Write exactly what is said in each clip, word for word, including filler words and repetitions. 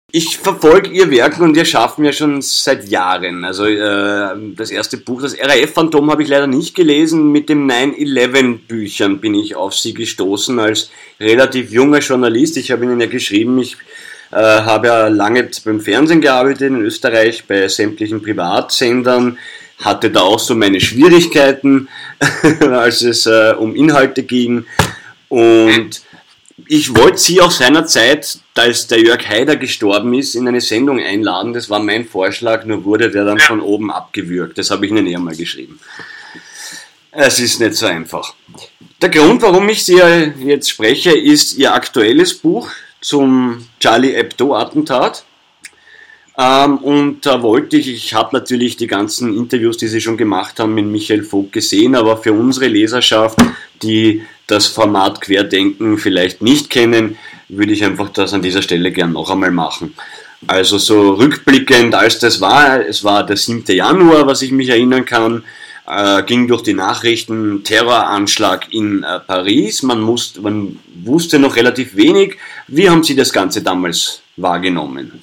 Ich verfolge ihr Werk und ihr Schaffen ja schon seit Jahren. Also äh, das erste Buch, das R A F-Phantom, habe ich leider nicht gelesen. Mit den nine eleven Büchern bin ich auf sie gestoßen als relativ junger Journalist. Ich habe ihnen ja geschrieben, ich äh, habe ja lange beim Fernsehen gearbeitet in Österreich, bei sämtlichen Privatsendern, hatte da auch so meine Schwierigkeiten, als es äh, um Inhalte ging. Und ich wollte sie auch seinerzeit, als der Jörg Haider gestorben ist, in eine Sendung einladen. Das war mein Vorschlag, nur wurde der dann ja. von oben abgewürgt. Das habe ich Ihnen eher mal geschrieben. Es ist nicht so einfach. Der Grund, warum ich Sie jetzt spreche, ist Ihr aktuelles Buch zum Charlie Hebdo-Attentat. Ähm, und da wollte ich, ich habe natürlich die ganzen Interviews, die Sie schon gemacht haben, mit Michael Vogt gesehen, aber für unsere Leserschaft, die das Format Querdenken vielleicht nicht kennen, würde ich einfach das an dieser Stelle gern noch einmal machen. Also so rückblickend, als das war, es war der siebte Januar, was ich mich erinnern kann, äh, ging durch die Nachrichten Terroranschlag in äh, Paris, man, musste, man wusste noch relativ wenig. Wie haben Sie das Ganze damals wahrgenommen?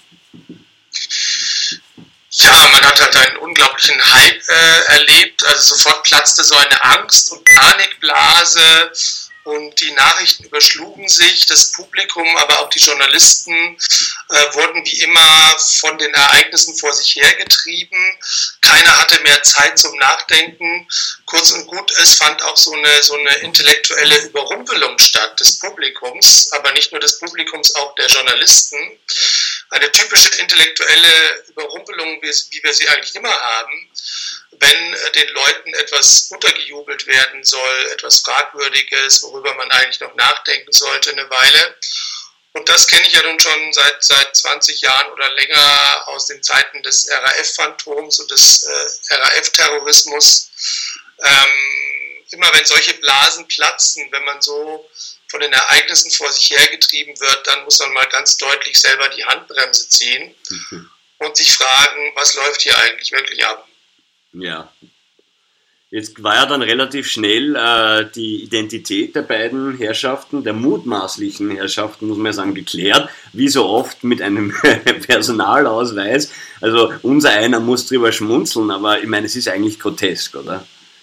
Ja, man hat halt einen unglaublichen Hype äh, erlebt, also sofort platzte so eine Angst- und Panikblase und die Nachrichten überschlugen sich, das Publikum, aber auch die Journalisten äh, wurden wie immer von den Ereignissen vor sich hergetrieben. Keiner hatte mehr Zeit zum Nachdenken. Kurz und gut, es fand auch so eine, so eine intellektuelle Überrumpelung statt des Publikums, aber nicht nur des Publikums, auch der Journalisten. Eine typische intellektuelle Überrumpelung, wie wir sie eigentlich immer haben, wenn den Leuten etwas untergejubelt werden soll, etwas Fragwürdiges, worüber man eigentlich noch nachdenken sollte eine Weile. Und das kenne ich ja nun schon seit, seit zwanzig Jahren oder länger aus den Zeiten des R A F-Phantoms und des äh, R A F-Terrorismus. Ähm, immer wenn solche Blasen platzen, wenn man so von den Ereignissen vor sich hergetrieben wird, dann muss man mal ganz deutlich selber die Handbremse ziehen mhm. und sich fragen, was läuft hier eigentlich wirklich ab? Ja. Jetzt war ja dann relativ schnell äh, die Identität der beiden Herrschaften, der mutmaßlichen Herrschaften, muss man ja sagen, geklärt, wie so oft mit einem Personalausweis. Also unser einer muss drüber schmunzeln, aber ich meine, es ist eigentlich grotesk, oder?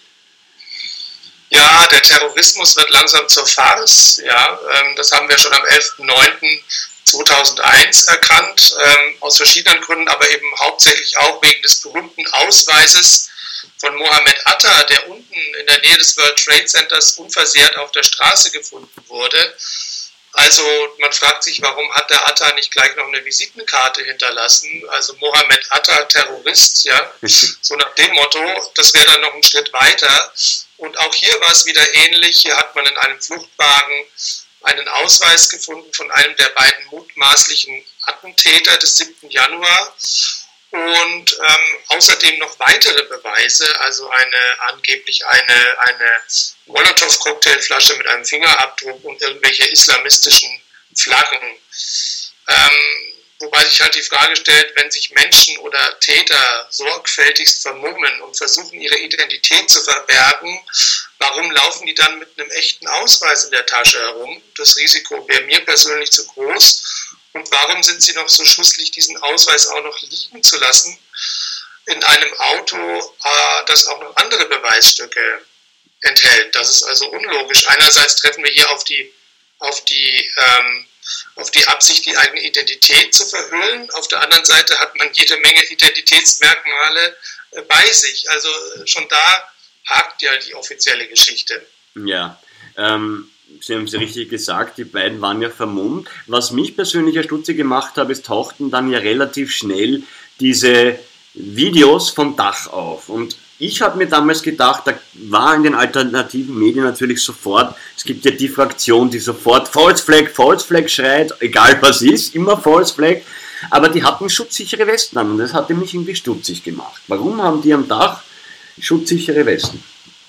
Ja, der Terrorismus wird langsam zur Farce. Ja, ähm, das haben wir schon am elften neunten zweitausendeins erkannt, ähm, aus verschiedenen Gründen, aber eben hauptsächlich auch wegen des berühmten Ausweises von Mohammed Atta, der unten in der Nähe des World Trade Centers unversehrt auf der Straße gefunden wurde. Also man fragt sich, warum hat der Atta nicht gleich noch eine Visitenkarte hinterlassen? Also Mohammed Atta, Terrorist, ja, so nach dem Motto, das wäre dann noch ein Schritt weiter. Und auch hier war es wieder ähnlich. Hier hat man in einem Fluchtwagen einen Ausweis gefunden von einem der beiden mutmaßlichen Attentäter des siebten Januar. Und ähm, außerdem noch weitere Beweise, also eine angeblich eine, eine Molotow-Cocktailflasche mit einem Fingerabdruck und irgendwelche islamistischen Flaggen. Ähm, wobei sich halt die Frage stellt, wenn sich Menschen oder Täter sorgfältigst vermummen und versuchen, ihre Identität zu verbergen, warum laufen die dann mit einem echten Ausweis in der Tasche herum? Das Risiko wäre mir persönlich zu groß. Und warum sind sie noch so schusselig, diesen Ausweis auch noch liegen zu lassen in einem Auto, äh, das auch noch andere Beweisstücke enthält? Das ist also unlogisch. Einerseits treffen wir hier auf die, auf die, ähm, auf die Absicht, die eigene Identität zu verhüllen. Auf der anderen Seite hat man jede Menge Identitätsmerkmale äh, bei sich. Also schon da hakt ja die offizielle Geschichte. Ja, ähm... Sie haben es ja richtig gesagt, die beiden waren ja vermummt. Was mich persönlich ja stutzig gemacht hat, es tauchten dann ja relativ schnell diese Videos vom Dach auf. Und ich habe mir damals gedacht, da war in den alternativen Medien natürlich sofort, es gibt ja die Fraktion, die sofort False Flag, False Flag schreit, egal was ist, immer False Flag. Aber die hatten schutzsichere Westen an und das hatte mich irgendwie stutzig gemacht. Warum haben die am Dach schutzsichere Westen?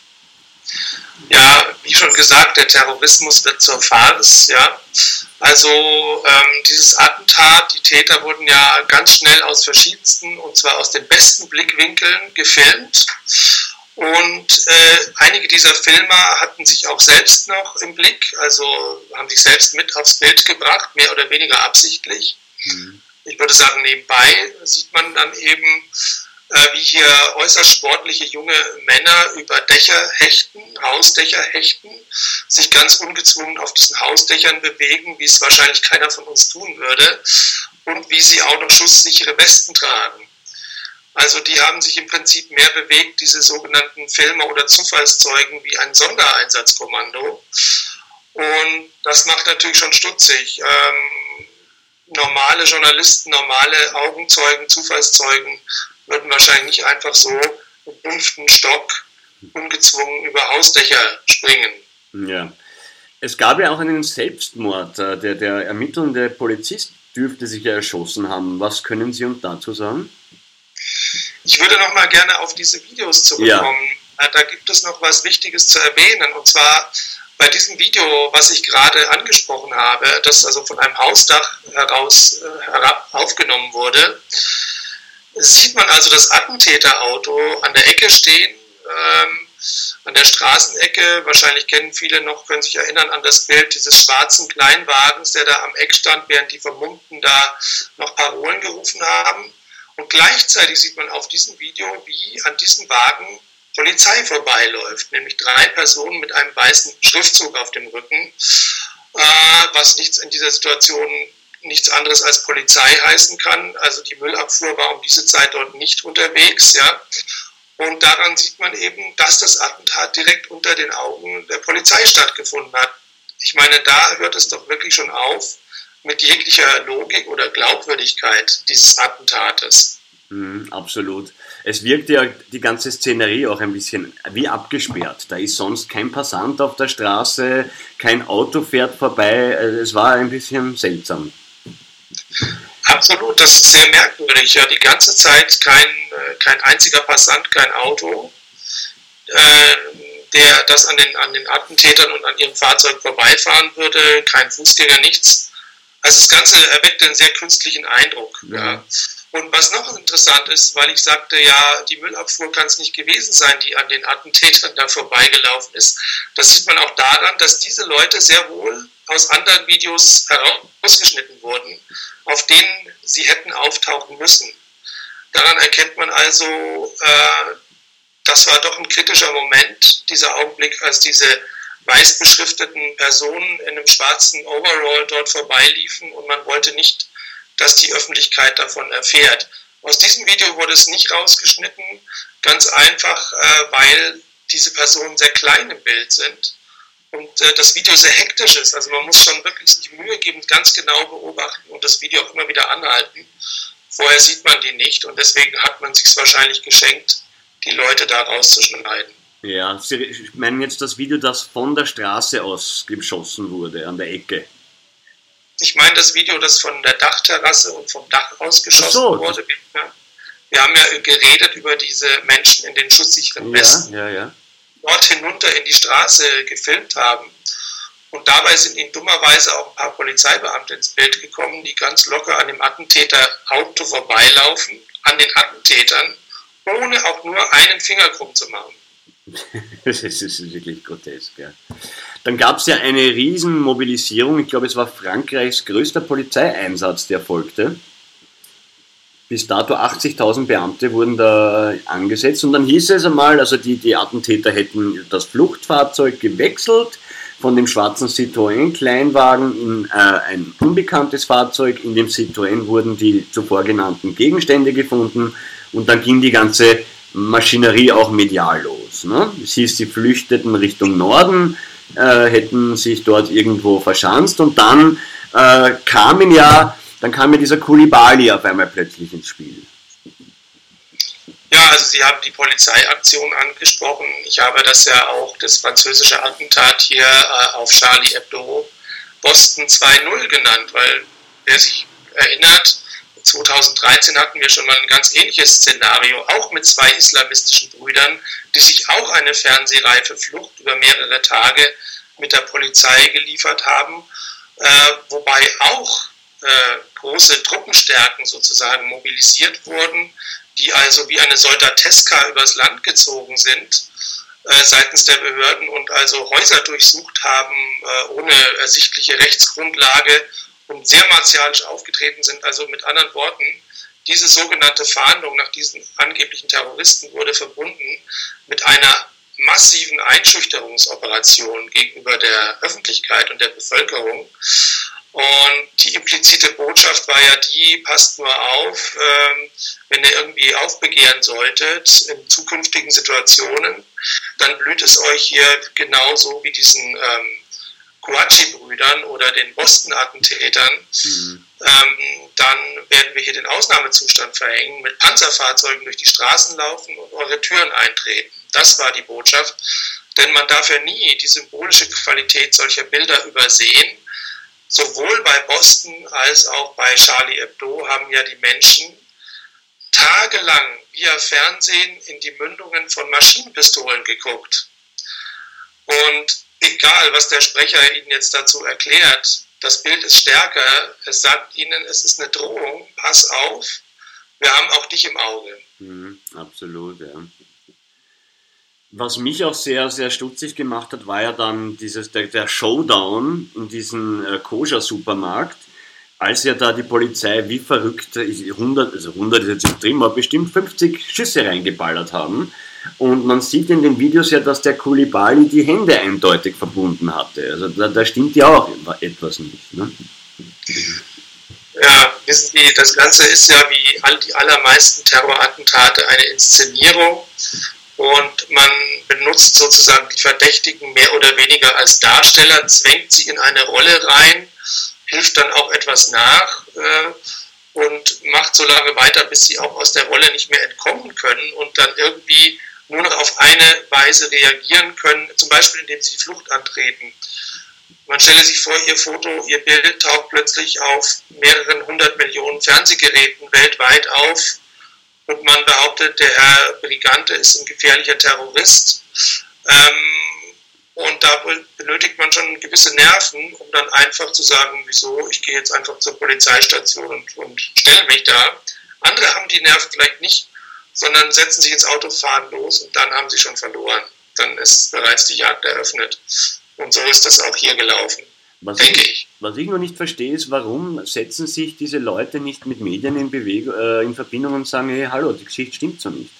Ja, wie schon gesagt, der Terrorismus wird zur Farce, ja. Also ähm, dieses Attentat, die Täter wurden ja ganz schnell aus verschiedensten, und zwar aus den besten Blickwinkeln gefilmt. Und äh, einige dieser Filmer hatten sich auch selbst noch im Blick, also haben sich selbst mit aufs Bild gebracht, mehr oder weniger absichtlich. Mhm. ich würde sagen, nebenbei sieht man dann eben, äh, wie hier äußerst sportliche junge Männer über Dächer hechten, Hausdächer hechten, sich ganz ungezwungen auf diesen Hausdächern bewegen, wie es wahrscheinlich keiner von uns tun würde, und wie sie auch noch schusssichere Westen tragen. Also die haben sich im Prinzip mehr bewegt, diese sogenannten Filmer oder Zufallszeugen, wie ein Sondereinsatzkommando. Und das macht natürlich schon stutzig. Ähm, normale Journalisten, normale Augenzeugen, Zufallszeugen würden wahrscheinlich nicht einfach so im fünften Stock ungezwungen über Hausdächer springen. Ja. Es gab ja auch einen Selbstmord. Der, der ermittelnde Polizist dürfte sich ja erschossen haben. Was können Sie uns dazu sagen? Ich würde noch mal gerne auf diese Videos zurückkommen. Ja. Da gibt es noch was Wichtiges zu erwähnen. Und zwar bei diesem Video, was ich gerade angesprochen habe, das also von einem Hausdach heraus äh, herab aufgenommen wurde, sieht man also das Attentäterauto an der Ecke stehen, ähm, an der Straßenecke. Wahrscheinlich kennen viele noch, können sich erinnern an das Bild dieses schwarzen Kleinwagens, der da am Eck stand, während die Vermummten da noch Parolen gerufen haben. Und gleichzeitig sieht man auf diesem Video, wie an diesem Wagen Polizei vorbeiläuft, nämlich drei Personen mit einem weißen Schriftzug auf dem Rücken, äh, was nichts in dieser Situation nichts anderes als Polizei heißen kann. Also die Müllabfuhr war um diese Zeit dort nicht unterwegs, ja. Und daran sieht man eben, dass das Attentat direkt unter den Augen der Polizei stattgefunden hat. Ich meine, da hört es doch wirklich schon auf mit jeglicher Logik oder Glaubwürdigkeit dieses Attentates. Mm, absolut. Es wirkt ja die ganze Szenerie auch ein bisschen wie abgesperrt. Da ist sonst kein Passant auf der Straße, kein Auto fährt vorbei. Es war ein bisschen seltsam. Absolut, das ist sehr merkwürdig. Ja, die ganze Zeit kein, kein einziger Passant, kein Auto, äh, der das an den, an den Attentätern und an ihrem Fahrzeug vorbeifahren würde, kein Fußgänger, nichts. Also das Ganze erweckte einen sehr künstlichen Eindruck. Ja. Ja. Und was noch interessant ist, weil ich sagte, ja, die Müllabfuhr kann es nicht gewesen sein, die an den Attentätern da vorbeigelaufen ist. Das sieht man auch daran, dass diese Leute sehr wohl aus anderen Videos herausgeschnitten wurden, auf denen sie hätten auftauchen müssen. Daran erkennt man also, äh, das war doch ein kritischer Moment, dieser Augenblick, als diese weiß beschrifteten Personen in einem schwarzen Overall dort vorbeiliefen und man wollte nicht, dass die Öffentlichkeit davon erfährt. Aus diesem Video wurde es nicht rausgeschnitten, ganz einfach, äh, weil diese Personen sehr klein im Bild sind und äh, das Video sehr hektisch ist. Also man muss schon wirklich sich Mühe geben, ganz genau beobachten und das Video auch immer wieder anhalten. Vorher sieht man die nicht und deswegen hat man sich es wahrscheinlich geschenkt, die Leute da rauszuschneiden. Ja, Sie meinen jetzt das Video, das von der Straße aus geschossen wurde, an der Ecke? Ich meine das Video, das von der Dachterrasse und vom Dach aus geschossen so. wurde. Wir, wir haben ja geredet über diese Menschen in den schusssicheren Westen, ja, ja, ja. dort hinunter in die Straße gefilmt haben. Und dabei sind ihnen dummerweise auch ein paar Polizeibeamte ins Bild gekommen, die ganz locker an dem Attentäterauto vorbeilaufen, an den Attentätern, ohne auch nur einen Finger krumm zu machen. Das ist wirklich grotesk, ja. Dann gab es ja eine Riesenmobilisierung, ich glaube es war Frankreichs größter Polizeieinsatz, der folgte. Bis dato achtzigtausend Beamte wurden da angesetzt und dann hieß es einmal, also die, die Attentäter hätten das Fluchtfahrzeug gewechselt, von dem schwarzen Citroën-Kleinwagen in äh, ein unbekanntes Fahrzeug. In dem Citroën wurden die zuvor genannten Gegenstände gefunden und dann ging die ganze Maschinerie auch medial los. Ne? Es hieß, sie flüchteten Richtung Norden, äh, hätten sich dort irgendwo verschanzt und dann äh, kamen ja, dann kam ja dieser Koulibaly auf einmal plötzlich ins Spiel. Ja, also Sie haben die Polizeiaktion angesprochen. Ich habe das ja auch, das französische Attentat hier äh, auf Charlie Hebdo, Boston zwei null genannt, weil wer sich erinnert, zweitausenddreizehn hatten wir schon mal ein ganz ähnliches Szenario, auch mit zwei islamistischen Brüdern, die sich auch eine fernsehreife Flucht über mehrere Tage mit der Polizei geliefert haben, äh, wobei auch äh, große Truppenstärken sozusagen mobilisiert wurden, die also wie eine Soldateska übers Land gezogen sind äh, seitens der Behörden und also Häuser durchsucht haben äh, ohne ersichtliche Rechtsgrundlage und sehr martialisch aufgetreten sind. Also mit anderen Worten, diese sogenannte Fahndung nach diesen angeblichen Terroristen wurde verbunden mit einer massiven Einschüchterungsoperation gegenüber der Öffentlichkeit und der Bevölkerung. Und die implizite Botschaft war ja die, passt nur auf, ähm, wenn ihr irgendwie aufbegehren solltet in zukünftigen Situationen, dann blüht es euch hier genauso wie diesen ähm, Kouachi-Brüdern oder den Boston-Attentätern. Mhm. Ähm, dann werden wir hier den Ausnahmezustand verhängen, mit Panzerfahrzeugen durch die Straßen laufen und eure Türen eintreten. Das war die Botschaft, denn man darf ja nie die symbolische Qualität solcher Bilder übersehen. Sowohl bei Boston als auch bei Charlie Hebdo haben ja die Menschen tagelang via Fernsehen in die Mündungen von Maschinenpistolen geguckt. Und egal, was der Sprecher Ihnen jetzt dazu erklärt, das Bild ist stärker. Es sagt Ihnen, es ist eine Drohung, pass auf, wir haben auch dich im Auge. Mhm, absolut, ja. Was mich auch sehr, sehr stutzig gemacht hat, war ja dann dieses, der, der Showdown in diesem äh, Koscher-Supermarkt, als ja da die Polizei wie verrückt hundert, also hundert ist jetzt übertrieben, aber bestimmt fünfzig Schüsse reingeballert haben. Und man sieht in den Videos ja, dass der Coulibaly die Hände eindeutig verbunden hatte. Also da, da stimmt ja auch etwas nicht. Ne? Ja, wissen Sie, das Ganze ist ja wie all die allermeisten Terrorattentate eine Inszenierung. Und man benutzt sozusagen die Verdächtigen mehr oder weniger als Darsteller, zwängt sie in eine Rolle rein, hilft dann auch etwas nach äh, und macht so lange weiter, bis sie auch aus der Rolle nicht mehr entkommen können und dann irgendwie nur noch auf eine Weise reagieren können, zum Beispiel indem sie die Flucht antreten. Man stelle sich vor, ihr Foto, ihr Bild taucht plötzlich auf mehreren hundert Millionen Fernsehgeräten weltweit auf. Und man behauptet, der Herr Brigante ist ein gefährlicher Terrorist. Ähm, und da benötigt man schon gewisse Nerven, um dann einfach zu sagen, wieso, ich gehe jetzt einfach zur Polizeistation und, und stelle mich da. Andere haben die Nerven vielleicht nicht, sondern setzen sich ins Auto, fahren los und dann haben sie schon verloren. Dann ist bereits die Jagd eröffnet. Und so ist das auch hier gelaufen. Was denke ich, ich. Was ich noch nicht verstehe, ist, warum setzen sich diese Leute nicht mit Medien in, Beweg äh, in Verbindung und sagen, hey, hallo, die Geschichte stimmt so nicht.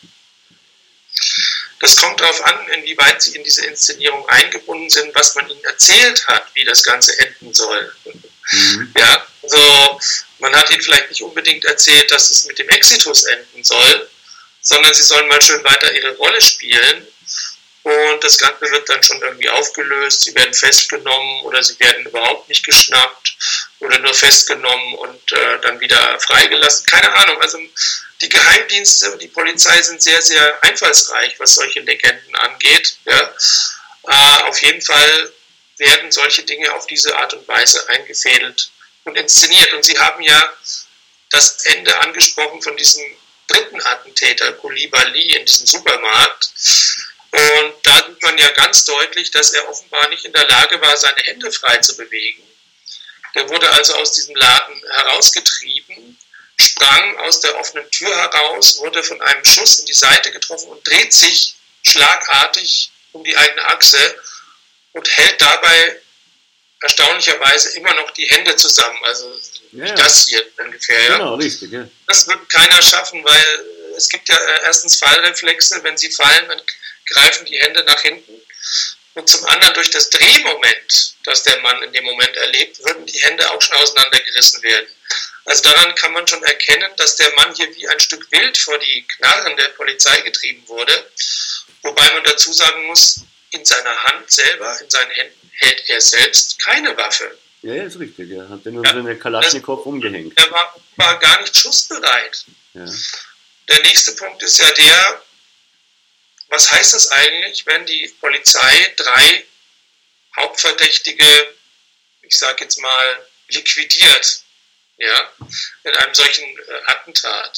Das kommt darauf an, inwieweit sie in diese Inszenierung eingebunden sind, was man ihnen erzählt hat, wie das Ganze enden soll. Mhm. Ja, also man hat ihnen vielleicht nicht unbedingt erzählt, dass es mit dem Exitus enden soll, sondern sie sollen mal schön weiter ihre Rolle spielen. Und das Ganze wird dann schon irgendwie aufgelöst, sie werden festgenommen oder sie werden überhaupt nicht geschnappt oder nur festgenommen und äh, dann wieder freigelassen. Keine Ahnung, also die Geheimdienste und die Polizei sind sehr, sehr einfallsreich, was solche Legenden angeht. Ja. Äh, auf jeden Fall werden solche Dinge auf diese Art und Weise eingefädelt und inszeniert. Und Sie haben ja das Ende angesprochen von diesem dritten Attentäter, Coulibaly, in diesem Supermarkt. Und da sieht man ja ganz deutlich, dass er offenbar nicht in der Lage war, seine Hände frei zu bewegen. Der wurde also aus diesem Laden herausgetrieben, sprang aus der offenen Tür heraus, wurde von einem Schuss in die Seite getroffen und dreht sich schlagartig um die eigene Achse und hält dabei erstaunlicherweise immer noch die Hände zusammen. Also ja, das hier ungefähr. Ja. Genau, richtig. Ja. Das wird keiner schaffen, weil es gibt ja erstens Fallreflexe, wenn sie fallen, dann greifen die Hände nach hinten. Und zum anderen durch das Drehmoment, das der Mann in dem Moment erlebt, würden die Hände auch schon auseinandergerissen werden. Also daran kann man schon erkennen, dass der Mann hier wie ein Stück Wild vor die Knarren der Polizei getrieben wurde. Wobei man dazu sagen muss, in seiner Hand selber, in seinen Händen hält er selbst keine Waffe. Ja, ist richtig. Er hat nur ja, seine Kalaschnikow umgehängt. Er war, war gar nicht schussbereit. Ja. Der nächste Punkt ist ja der, was heißt das eigentlich, wenn die Polizei drei Hauptverdächtige, ich sage jetzt mal, liquidiert, ja, in einem solchen äh, Attentat?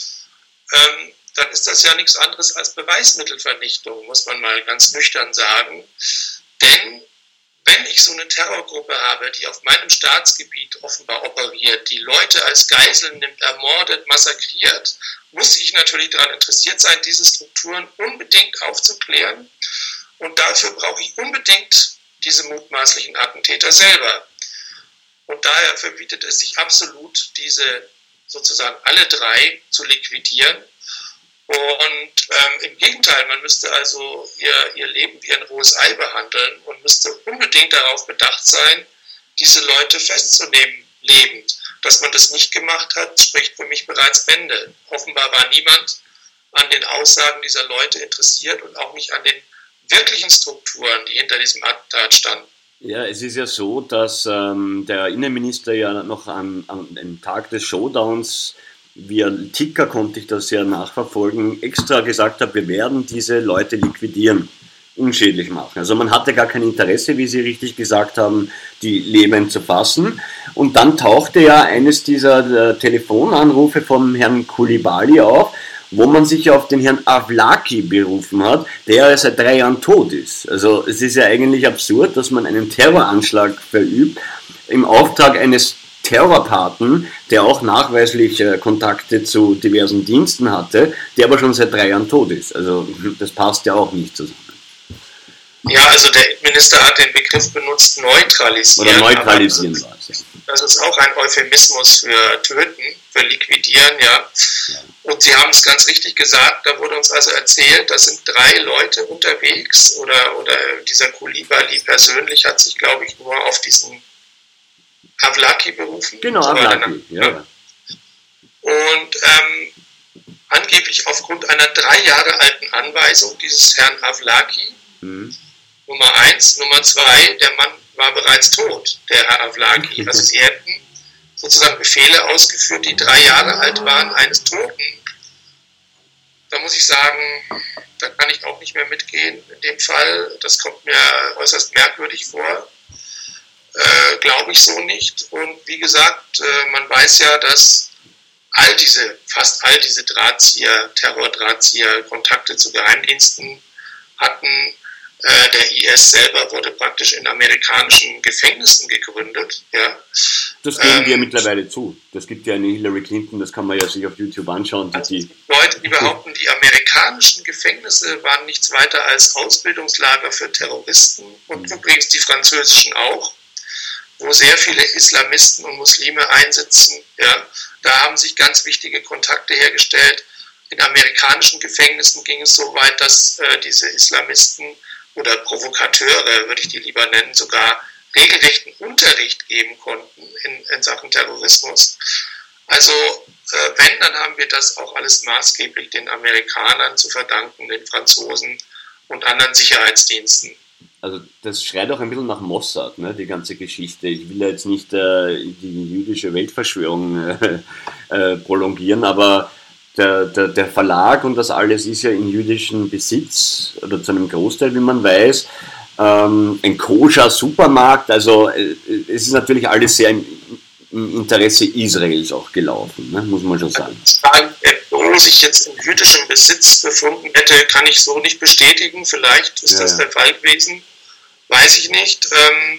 Ähm, dann ist das ja nichts anderes als Beweismittelvernichtung, muss man mal ganz nüchtern sagen. Denn wenn ich so eine Terrorgruppe habe, die auf meinem Staatsgebiet offenbar operiert, die Leute als Geiseln nimmt, ermordet, massakriert, muss ich natürlich daran interessiert sein, diese Strukturen unbedingt aufzuklären. Und dafür brauche ich unbedingt diese mutmaßlichen Attentäter selber. Und daher verbietet es sich absolut, diese sozusagen alle drei zu liquidieren. Und ähm, im Gegenteil, man müsste also ihr, ihr Leben wie ein rohes Ei behandeln und müsste unbedingt darauf bedacht sein, diese Leute festzunehmen, lebend. Dass man das nicht gemacht hat, spricht für mich bereits Bände. Offenbar war niemand an den Aussagen dieser Leute interessiert und auch nicht an den wirklichen Strukturen, die hinter diesem Attentat standen. Ja, es ist ja so, dass ähm, der Innenminister ja noch an, an dem Tag des Showdowns, via Ticker konnte ich das ja nachverfolgen, extra gesagt hat, wir werden diese Leute liquidieren, unschädlich machen. Also man hatte gar kein Interesse, wie Sie richtig gesagt haben, die lebend zu fassen. Und dann tauchte ja eines dieser äh, Telefonanrufe vom Herrn Coulibaly auf, wo man sich ja auf den Herrn Avlaki berufen hat, der ja seit drei Jahren tot ist. Also es ist ja eigentlich absurd, dass man einen Terroranschlag verübt im Auftrag eines Terrorpaten, der auch nachweislich äh, Kontakte zu diversen Diensten hatte, der aber schon seit drei Jahren tot ist. Also das passt ja auch nicht zusammen. Ja, also der Minister hat den Begriff benutzt, neutralisieren. Oder neutralisieren war es, ja. Das ist auch ein Euphemismus für töten, für liquidieren, ja. ja. Und Sie haben es ganz richtig gesagt, da wurde uns also erzählt, da sind drei Leute unterwegs oder, oder dieser Coulibaly persönlich hat sich, glaube ich, nur auf diesen Avlaki berufen. Genau, so Avlaki, ja. ja. Und ähm, angeblich aufgrund einer drei Jahre alten Anweisung dieses Herrn Avlaki, mhm. Nummer eins, Nummer zwei, der Mann war bereits tot, der Herr Avlaki. Also sie hätten sozusagen Befehle ausgeführt, die drei Jahre alt waren, eines Toten. Da muss ich sagen, da kann ich auch nicht mehr mitgehen in dem Fall. Das kommt mir äußerst merkwürdig vor. Äh, glaube ich so nicht. Und wie gesagt, äh, man weiß ja, dass all diese, fast all diese Drahtzieher, Terrordrahtzieher Kontakte zu Geheimdiensten hatten. Äh, der I S selber wurde praktisch in amerikanischen Gefängnissen gegründet. Ja. Das geben ähm, wir mittlerweile zu. Das gibt ja eine Hillary Clinton, das kann man ja sich auf YouTube anschauen. Die, also Leute, die behaupten, die amerikanischen Gefängnisse waren nichts weiter als Ausbildungslager für Terroristen und mhm. übrigens die französischen auch, wo sehr viele Islamisten und Muslime einsitzen. Ja. Da haben sich ganz wichtige Kontakte hergestellt. In amerikanischen Gefängnissen ging es so weit, dass äh, diese Islamisten oder Provokateure, würde ich die lieber nennen, sogar regelrechten Unterricht geben konnten in, in Sachen Terrorismus. Also äh, wenn, dann haben wir das auch alles maßgeblich den Amerikanern zu verdanken, den Franzosen und anderen Sicherheitsdiensten. Also das schreit auch ein bisschen nach Mossad, ne, die ganze Geschichte. Ich will ja jetzt nicht äh, die jüdische Weltverschwörung äh, äh, prolongieren, aber Der, der, der Verlag und das alles ist ja in jüdischem Besitz, oder zu einem Großteil, wie man weiß. Ähm, ein koscher Supermarkt, also äh, es ist natürlich alles sehr im, im Interesse Israels auch gelaufen, ne? Muss man schon sagen. Wo sich jetzt in jüdischem Besitz befunden hätte, kann ich so nicht bestätigen. Vielleicht ist ja, das der Fall gewesen, weiß ich nicht. Ähm,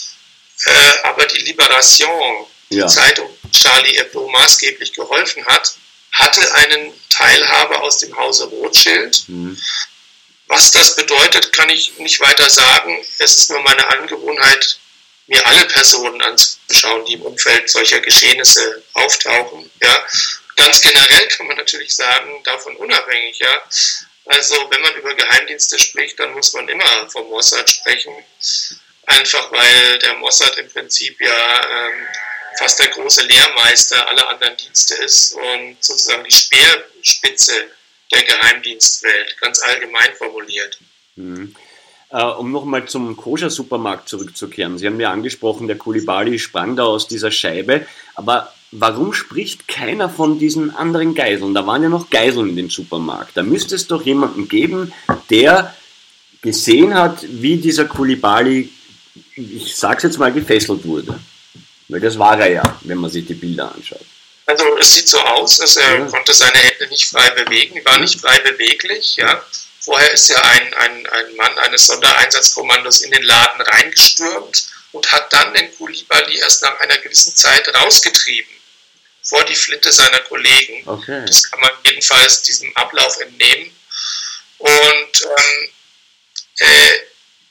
äh, aber die Libération, die ja. Zeitung Charlie Hebdo maßgeblich geholfen hat, hatte einen Teilhaber aus dem Hause Rothschild. Mhm. Was das bedeutet, kann ich nicht weiter sagen. Es ist nur meine Angewohnheit, mir alle Personen anzuschauen, die im Umfeld solcher Geschehnisse auftauchen. Ja. Ganz generell kann man natürlich sagen, davon unabhängig. Ja. Also wenn man über Geheimdienste spricht, dann muss man immer vom Mossad sprechen. Einfach weil der Mossad im Prinzip ja ähm, fast der große Lehrmeister aller anderen Dienste ist und sozusagen die Speerspitze der Geheimdienstwelt, ganz allgemein formuliert. Mhm. Äh, um nochmal zum Koscher-Supermarkt zurückzukehren. Sie haben ja angesprochen, der Coulibaly sprang da aus dieser Scheibe, aber warum spricht keiner von diesen anderen Geiseln? Da waren ja noch Geiseln in dem Supermarkt. Da müsste es doch jemanden geben, der gesehen hat, wie dieser Coulibaly, ich sag's jetzt mal, gefesselt wurde. Weil das war er ja, wenn man sich die Bilder anschaut. Also es sieht so aus, dass er ja. konnte seine Hände nicht frei bewegen, war nicht frei beweglich. Ja. Vorher ist ja ein, ein, ein Mann eines Sondereinsatzkommandos in den Laden reingestürmt und hat dann den Coulibaly erst nach einer gewissen Zeit rausgetrieben, vor die Flinte seiner Kollegen. Okay. Das kann man jedenfalls diesem Ablauf entnehmen. Und ähm, äh,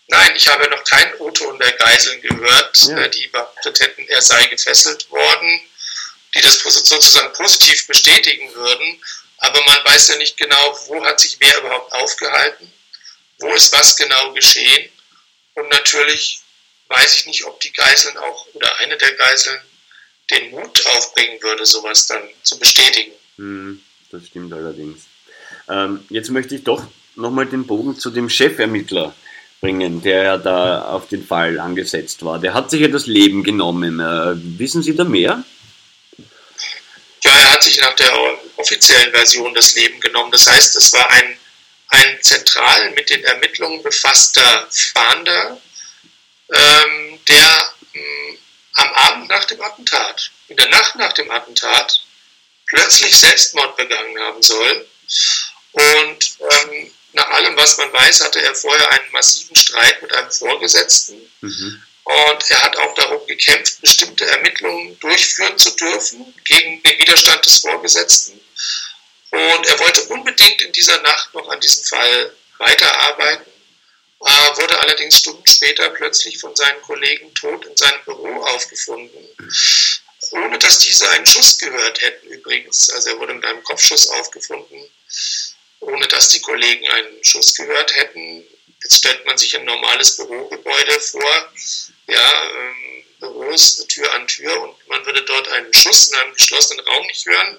Nein, ich habe noch keinen O-Ton der Geiseln gehört, Ja. die behauptet hätten, er sei gefesselt worden, die das sozusagen positiv bestätigen würden. Aber man weiß ja nicht genau, wo hat sich wer überhaupt aufgehalten, wo ist was genau geschehen. Und natürlich weiß ich nicht, ob die Geiseln auch oder eine der Geiseln den Mut aufbringen würde, sowas dann zu bestätigen. Hm, das stimmt allerdings. Ähm, jetzt möchte ich doch nochmal den Bogen zu dem Chefermittler bringen, der ja da auf den Fall angesetzt war. Der hat sich ja das Leben genommen. Äh, wissen Sie da mehr? Ja, er hat sich nach der offiziellen Version das Leben genommen. Das heißt, es war ein, ein zentral mit den Ermittlungen befasster Fahnder, ähm, der mh, am Abend nach dem Attentat, in der Nacht nach dem Attentat, plötzlich Selbstmord begangen haben soll. Und ähm, nach allem, was man weiß, hatte er vorher einen massiven Streit mit einem Vorgesetzten. Mhm. Und er hat auch darum gekämpft, bestimmte Ermittlungen durchführen zu dürfen gegen den Widerstand des Vorgesetzten. Und er wollte unbedingt in dieser Nacht noch an diesem Fall weiterarbeiten, äh, wurde allerdings Stunden später plötzlich von seinen Kollegen tot in seinem Büro aufgefunden, ohne dass diese einen Schuss gehört hätten übrigens. Also er wurde mit einem Kopfschuss aufgefunden, ohne dass die Kollegen einen Schuss gehört hätten. Jetzt stellt man sich ein normales Bürogebäude vor, ja, ähm, Büros Tür an Tür, und man würde dort einen Schuss in einem geschlossenen Raum nicht hören.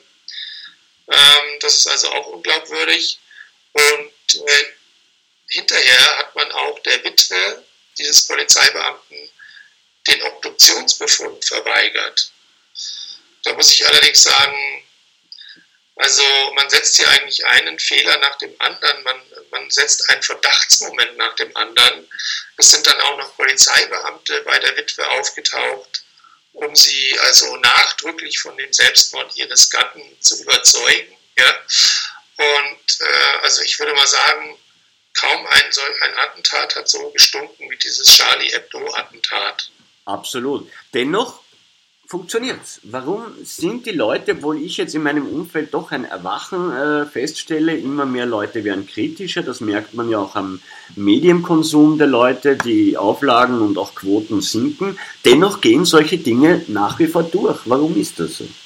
Ähm, das ist also auch unglaubwürdig. Und äh, hinterher hat man auch der Witwe dieses Polizeibeamten den Obduktionsbefund verweigert. Da muss ich allerdings sagen, also man setzt hier eigentlich einen Fehler nach dem anderen, man, man setzt einen Verdachtsmoment nach dem anderen. Es sind dann auch noch Polizeibeamte bei der Witwe aufgetaucht, um sie also nachdrücklich von dem Selbstmord ihres Gatten zu überzeugen. Ja? Und äh, also ich würde mal sagen, kaum ein, ein Attentat hat so gestunken wie dieses Charlie Hebdo-Attentat. Absolut. Dennoch funktioniert's. Warum sind die Leute, obwohl ich jetzt in meinem Umfeld doch ein Erwachen äh, feststelle, immer mehr Leute werden kritischer, das merkt man ja auch am Medienkonsum der Leute, die Auflagen und auch Quoten sinken, dennoch gehen solche Dinge nach wie vor durch. Warum ist das so?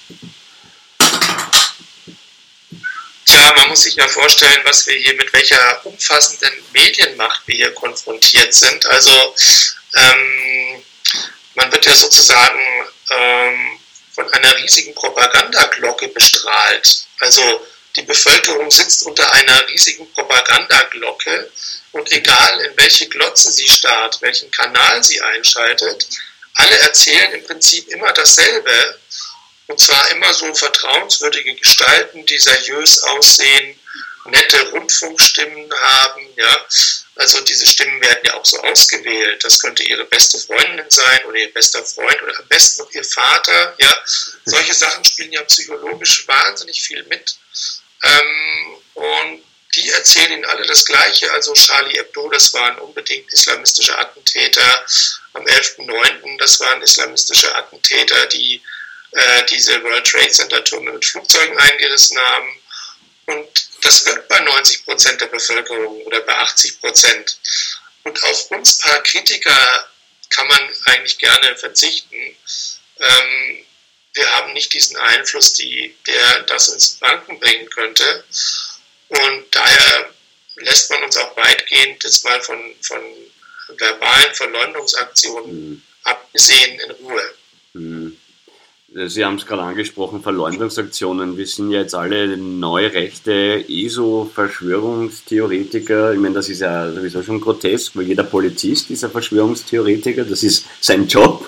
Tja, man muss sich ja vorstellen, was wir hier, mit welcher umfassenden Medienmacht wir hier konfrontiert sind. Also ähm, man wird ja sozusagen ähm, von einer riesigen Propagandaglocke bestrahlt. Also die Bevölkerung sitzt unter einer riesigen Propagandaglocke, und egal in welche Glotze sie starrt, welchen Kanal sie einschaltet, alle erzählen im Prinzip immer dasselbe. Und zwar immer so vertrauenswürdige Gestalten, die seriös aussehen, nette Rundfunkstimmen haben, ja. Also diese Stimmen werden ja auch so ausgewählt. Das könnte ihre beste Freundin sein oder ihr bester Freund oder am besten noch ihr Vater, ja. Solche Sachen spielen ja psychologisch wahnsinnig viel mit. Ähm, und die erzählen ihnen alle das Gleiche. Also Charlie Hebdo, das war ein unbedingt islamistischer Attentäter. Am elften neunten, das waren islamistische Attentäter, die äh, diese World Trade Center Türme mit Flugzeugen eingerissen haben. Und das wirkt bei neunzig Prozent der Bevölkerung oder bei achtzig Prozent. Und auf uns paar Kritiker kann man eigentlich gerne verzichten. Ähm, wir haben nicht diesen Einfluss, die, der das ins Wanken bringen könnte. Und daher lässt man uns auch weitgehend jetzt mal von, von verbalen Verleumdungsaktionen mhm. abgesehen in Ruhe. Mhm. Sie haben es gerade angesprochen, Verleumdungsaktionen. Wir sind ja jetzt alle neurechte E S O-Verschwörungstheoretiker. Ich meine, das ist ja sowieso schon grotesk, weil jeder Polizist ist ein Verschwörungstheoretiker. Das ist sein Job.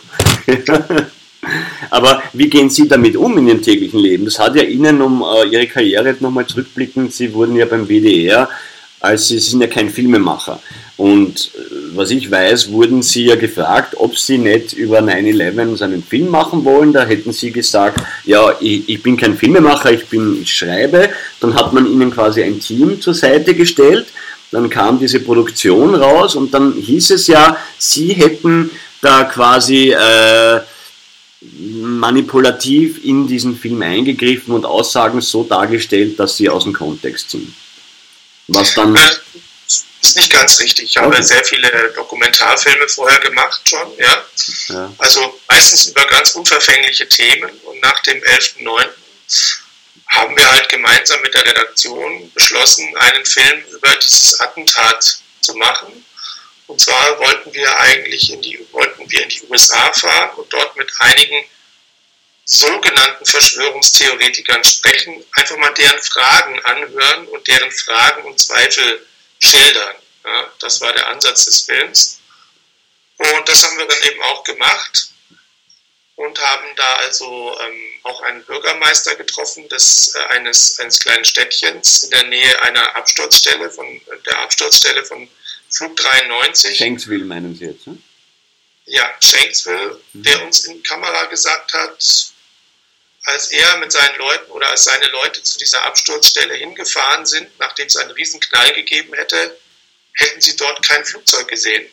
Aber wie gehen Sie damit um in Ihrem täglichen Leben? Das hat ja Ihnen, um uh, Ihre Karriere nochmal zurückblickend, Sie wurden ja beim W D R, als Sie sind ja kein Filmemacher. Und was ich weiß, wurden Sie ja gefragt, ob Sie nicht über neun elf so einen Film machen wollen. Da hätten Sie gesagt, ja, ich, ich bin kein Filmemacher, ich, bin, ich schreibe. Dann hat man Ihnen quasi ein Team zur Seite gestellt. Dann kam diese Produktion raus und dann hieß es ja, Sie hätten da quasi äh, manipulativ in diesen Film eingegriffen und Aussagen so dargestellt, dass sie aus dem Kontext sind. Was dann... ist nicht ganz richtig. Ich habe okay. sehr viele Dokumentarfilme vorher gemacht schon, ja. ja. Also meistens über ganz unverfängliche Themen. Und nach dem elften neunten haben wir halt gemeinsam mit der Redaktion beschlossen, einen Film über dieses Attentat zu machen. Und zwar wollten wir eigentlich in die, wollten wir in die U S A fahren und dort mit einigen sogenannten Verschwörungstheoretikern sprechen, einfach mal deren Fragen anhören und deren Fragen und Zweifel schildern. Ja, das war der Ansatz des Films. Und das haben wir dann eben auch gemacht und haben da also ähm, auch einen Bürgermeister getroffen des, äh, eines, eines kleinen Städtchens in der Nähe einer Absturzstelle von der Absturzstelle von Flug dreiundneunzig. Shanksville meinen Sie jetzt, ne? Ja, Shanksville, mhm. der uns in Kamera gesagt hat, als er mit seinen Leuten oder als seine Leute zu dieser Absturzstelle hingefahren sind, nachdem es einen riesen Knall gegeben hätte, hätten sie dort kein Flugzeug gesehen.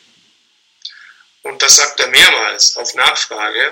Und das sagt er mehrmals auf Nachfrage.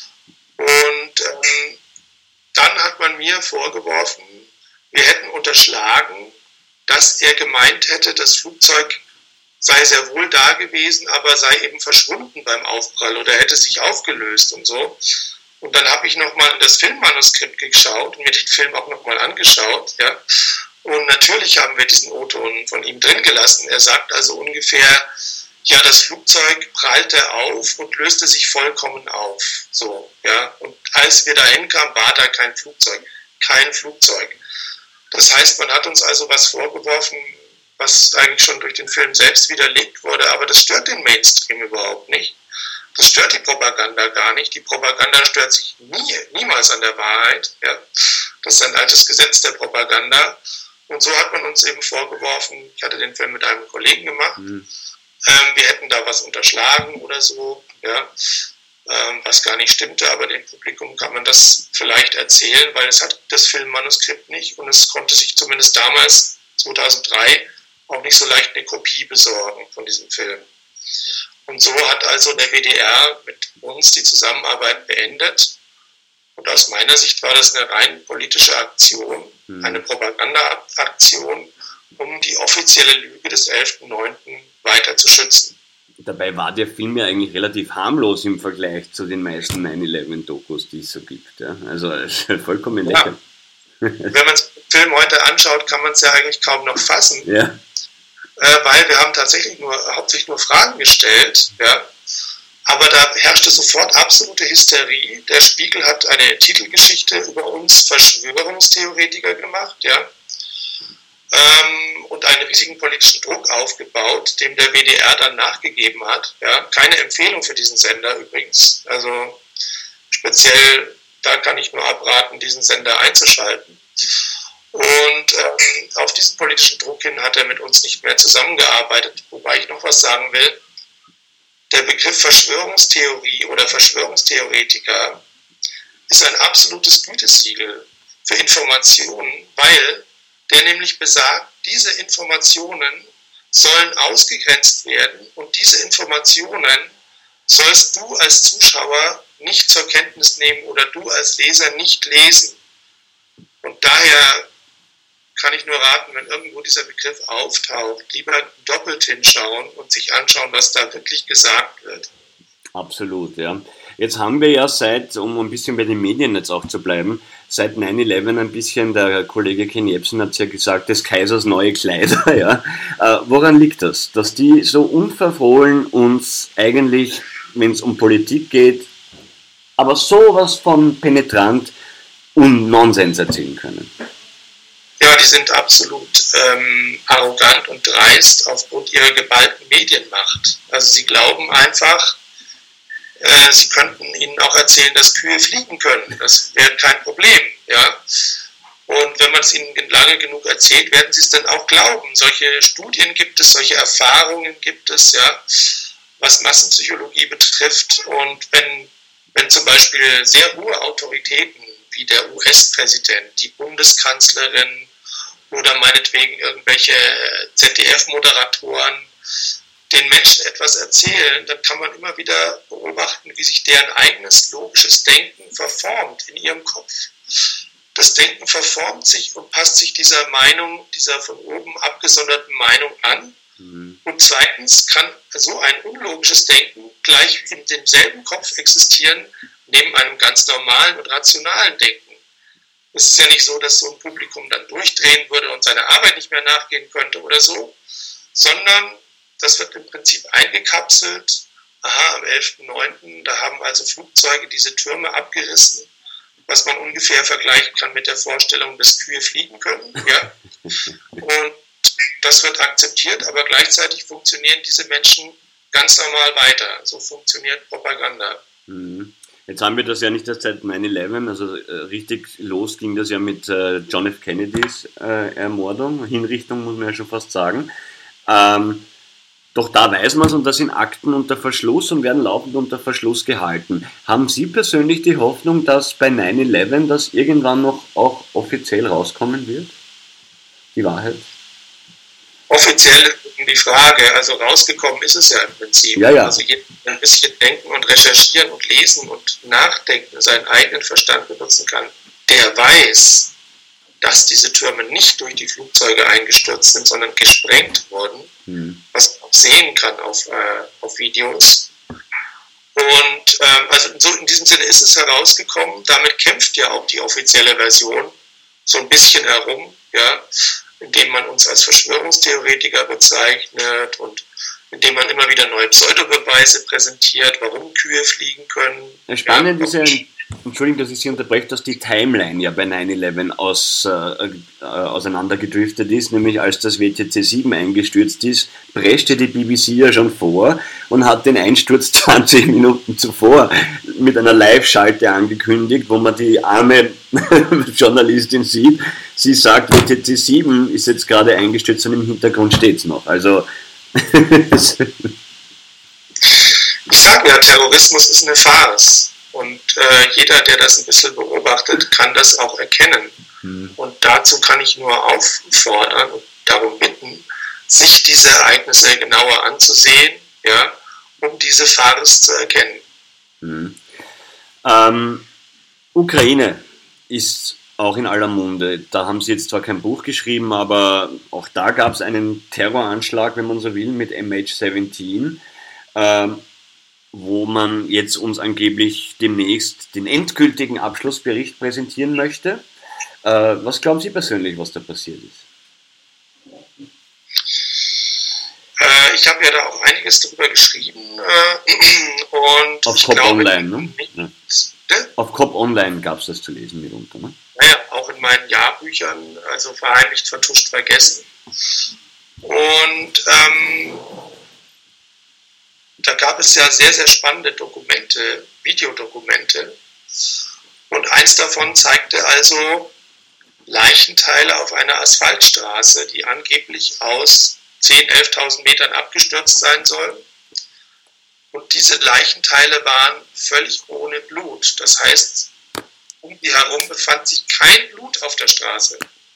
Und ähm, dann hat man mir vorgeworfen, wir hätten unterschlagen, dass er gemeint hätte, das Flugzeug sei sehr wohl da gewesen, aber sei eben verschwunden beim Aufprall oder hätte sich aufgelöst und so. Und dann habe ich nochmal in das Filmmanuskript geschaut und mir den Film auch nochmal angeschaut, ja. Und natürlich haben wir diesen O-Ton von ihm drin gelassen. Er sagt also ungefähr, ja, das Flugzeug prallte auf und löste sich vollkommen auf. So, ja. Und als wir da hinkamen, war da kein Flugzeug. Kein Flugzeug. Das heißt, man hat uns also was vorgeworfen, was eigentlich schon durch den Film selbst widerlegt wurde, aber das stört den Mainstream überhaupt nicht. Das stört die Propaganda gar nicht. Die Propaganda stört sich nie, niemals an der Wahrheit. Ja. Das ist ein altes Gesetz der Propaganda. Und so hat man uns eben vorgeworfen, ich hatte den Film mit einem Kollegen gemacht, mhm. ähm, wir hätten da was unterschlagen oder so, ja, ähm, was gar nicht stimmte, aber dem Publikum kann man das vielleicht erzählen, weil es hat das Filmmanuskript nicht und es konnte sich zumindest damals, zweitausenddrei, auch nicht so leicht eine Kopie besorgen von diesem Film. Und so hat also der W D R mit uns die Zusammenarbeit beendet. Und aus meiner Sicht war das eine rein politische Aktion, mhm. eine Propagandaaktion, um die offizielle Lüge des elften neunten weiter zu schützen. Dabei war der Film ja eigentlich relativ harmlos im Vergleich zu den meisten nine eleven Dokus, die es so gibt. Ja? Also vollkommen lecker. Ja. Wenn man den Film heute anschaut, kann man es ja eigentlich kaum noch fassen. Ja. Äh, weil wir haben tatsächlich nur, hauptsächlich nur Fragen gestellt, ja. Aber da herrschte sofort absolute Hysterie. Der Spiegel hat eine Titelgeschichte über uns Verschwörungstheoretiker gemacht, ja, ähm, und einen riesigen politischen Druck aufgebaut, dem der W D R dann nachgegeben hat. Ja. Keine Empfehlung für diesen Sender übrigens. Also speziell, da kann ich nur abraten, diesen Sender einzuschalten. Und ähm, auf diesen politischen Druck hin hat er mit uns nicht mehr zusammengearbeitet. Wobei ich noch was sagen will. Der Begriff Verschwörungstheorie oder Verschwörungstheoretiker ist ein absolutes Gütesiegel für Informationen, weil der nämlich besagt, diese Informationen sollen ausgegrenzt werden und diese Informationen sollst du als Zuschauer nicht zur Kenntnis nehmen oder du als Leser nicht lesen. Und daher kann ich nur raten, wenn irgendwo dieser Begriff auftaucht, lieber doppelt hinschauen und sich anschauen, was da wirklich gesagt wird. Absolut, ja. Jetzt haben wir ja seit, um ein bisschen bei den Medien jetzt auch zu bleiben, seit nine eleven ein bisschen, der Kollege Ken Jebsen hat es ja gesagt, des Kaisers neue Kleider. Ja. Äh, woran liegt das? Dass die so unverfroren uns eigentlich, wenn es um Politik geht, aber sowas von penetrant und Nonsens erzählen können? Ja, die sind absolut ähm, arrogant und dreist aufgrund ihrer geballten Medienmacht. Also sie glauben einfach, äh, sie könnten ihnen auch erzählen, dass Kühe fliegen können. Das wäre kein Problem. Ja? Und wenn man es ihnen lange genug erzählt, werden sie es dann auch glauben. Solche Studien gibt es, solche Erfahrungen gibt es, ja, was Massenpsychologie betrifft. Und wenn, wenn zum Beispiel sehr hohe Autoritäten wie der U S-Präsident, die Bundeskanzlerin oder meinetwegen irgendwelche Z D F-Moderatoren den Menschen etwas erzählen, dann kann man immer wieder beobachten, wie sich deren eigenes logisches Denken verformt in ihrem Kopf. Das Denken verformt sich und passt sich dieser Meinung, dieser von oben abgesonderten Meinung an. Mhm. Und zweitens kann so ein unlogisches Denken gleich in demselben Kopf existieren, neben einem ganz normalen und rationalen Denken. Es ist ja nicht so, dass so ein Publikum dann durchdrehen würde und seiner Arbeit nicht mehr nachgehen könnte oder so, sondern das wird im Prinzip eingekapselt. Aha, am elften neunten, da haben also Flugzeuge diese Türme abgerissen, was man ungefähr vergleichen kann mit der Vorstellung, dass Kühe fliegen können. Ja? Und das wird akzeptiert, aber gleichzeitig funktionieren diese Menschen ganz normal weiter. So funktioniert Propaganda. Jetzt haben wir das ja nicht erst seit neun elf, also äh, richtig los ging das ja mit äh, John F. Kennedys äh, Ermordung, Hinrichtung muss man ja schon fast sagen. Ähm, Doch da weiß man es und das sind Akten unter Verschluss und werden laufend unter Verschluss gehalten. Haben Sie persönlich die Hoffnung, dass bei neun elf das irgendwann noch auch offiziell rauskommen wird? Die Wahrheit? Offiziell ist die Frage, also rausgekommen ist es ja im Prinzip. Ja, ja. Also jeder, der ein bisschen denken und recherchieren und lesen und nachdenken, seinen eigenen Verstand benutzen kann, der weiß, dass diese Türme nicht durch die Flugzeuge eingestürzt sind, sondern gesprengt wurden, hm. was man auch sehen kann auf, äh, auf Videos. Und ähm, also so in diesem Sinne ist es herausgekommen, damit kämpft ja auch die offizielle Version so ein bisschen herum, ja, indem man uns als Verschwörungstheoretiker bezeichnet und indem man immer wieder neue Pseudobeweise präsentiert, warum Kühe fliegen können. Spannend ja, ist ja, Entschuldigung, dass ich Sie unterbreche, dass die Timeline ja bei neun elf aus, äh, äh, auseinandergedriftet ist, nämlich als das W T C sieben eingestürzt ist, preschte die B B C ja schon vor und hat den Einsturz zwanzig Minuten zuvor mit einer Live-Schalte angekündigt, wo man die arme Journalistin sieht, sie sagt, W T C sieben ist jetzt gerade eingestürzt und im Hintergrund steht es noch. Also ich sage ja, Terrorismus ist eine Farce. Und äh, jeder, der das ein bisschen beobachtet, kann das auch erkennen. Mhm. Und dazu kann ich nur auffordern und darum bitten, sich diese Ereignisse genauer anzusehen, ja, um diese Farce zu erkennen. Mhm. Ähm, Ukraine ist auch in aller Munde. Da haben Sie jetzt zwar kein Buch geschrieben, aber auch da gab es einen Terroranschlag, wenn man so will, mit M H siebzehn. Ähm, wo man jetzt uns angeblich demnächst den endgültigen Abschlussbericht präsentieren möchte. Äh, was glauben Sie persönlich, was da passiert ist? Äh, ich habe ja da auch einiges darüber geschrieben. Äh, und Auf Cop Online, ne? Ja. Auf Cop Online gab es das zu lesen mitunter, ne? Naja, auch in meinen Jahrbüchern, also verheimlicht, vertuscht, vergessen. Und ähm, da gab es ja sehr, sehr spannende Dokumente, Videodokumente. Und eins davon zeigte also Leichenteile auf einer Asphaltstraße, die angeblich aus zehntausend, elftausend Metern abgestürzt sein sollen. Und diese Leichenteile waren völlig ohne Blut. Das heißt, um die herum befand sich kein Blut auf der Straße.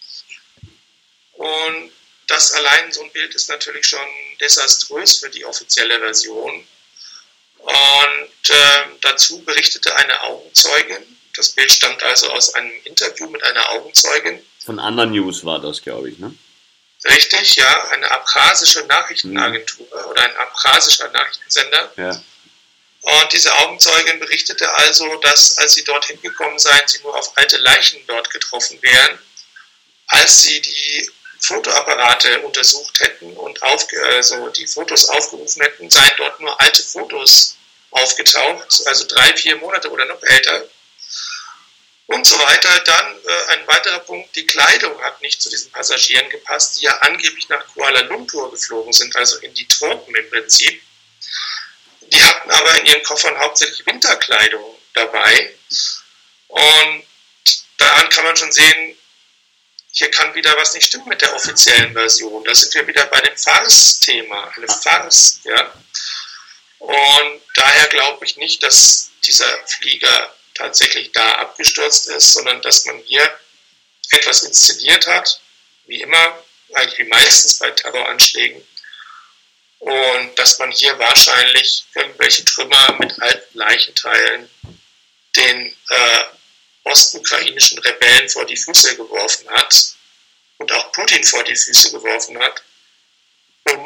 Und das allein, so ein Bild ist natürlich schon desaströs für die offizielle Version. Und äh, dazu berichtete eine Augenzeugin, das Bild stammt also aus einem Interview mit einer Augenzeugin. Von Anna News war das, glaube ich, ne? Richtig, ja, eine abchasische Nachrichtenagentur mhm. oder ein abchasischer Nachrichtensender. Ja. Und diese Augenzeugin berichtete also, dass als sie dorthin gekommen seien, sie nur auf alte Leichen dort getroffen wären. Als sie die Fotoapparate untersucht hätten und auf, also die Fotos aufgerufen hätten, seien dort nur alte Fotos aufgetaucht, also drei, vier Monate oder noch älter und so weiter. Dann äh, ein weiterer Punkt, die Kleidung hat nicht zu diesen Passagieren gepasst, die ja angeblich nach Kuala Lumpur geflogen sind, also in die Tropen im Prinzip. Die hatten aber in ihren Koffern hauptsächlich Winterkleidung dabei und daran kann man schon sehen, hier kann wieder was nicht stimmen mit der offiziellen Version. Da sind wir wieder bei dem Farce-Thema, eine Farce, ja. Und daher glaube ich nicht, dass dieser Flieger tatsächlich da abgestürzt ist, sondern dass man hier etwas inszeniert hat, wie immer, eigentlich wie meistens bei Terroranschlägen. Und dass man hier wahrscheinlich irgendwelche Trümmer mit alten Leichenteilen den äh, ostukrainischen Rebellen vor die Füße geworfen hat und auch Putin vor die Füße geworfen hat, um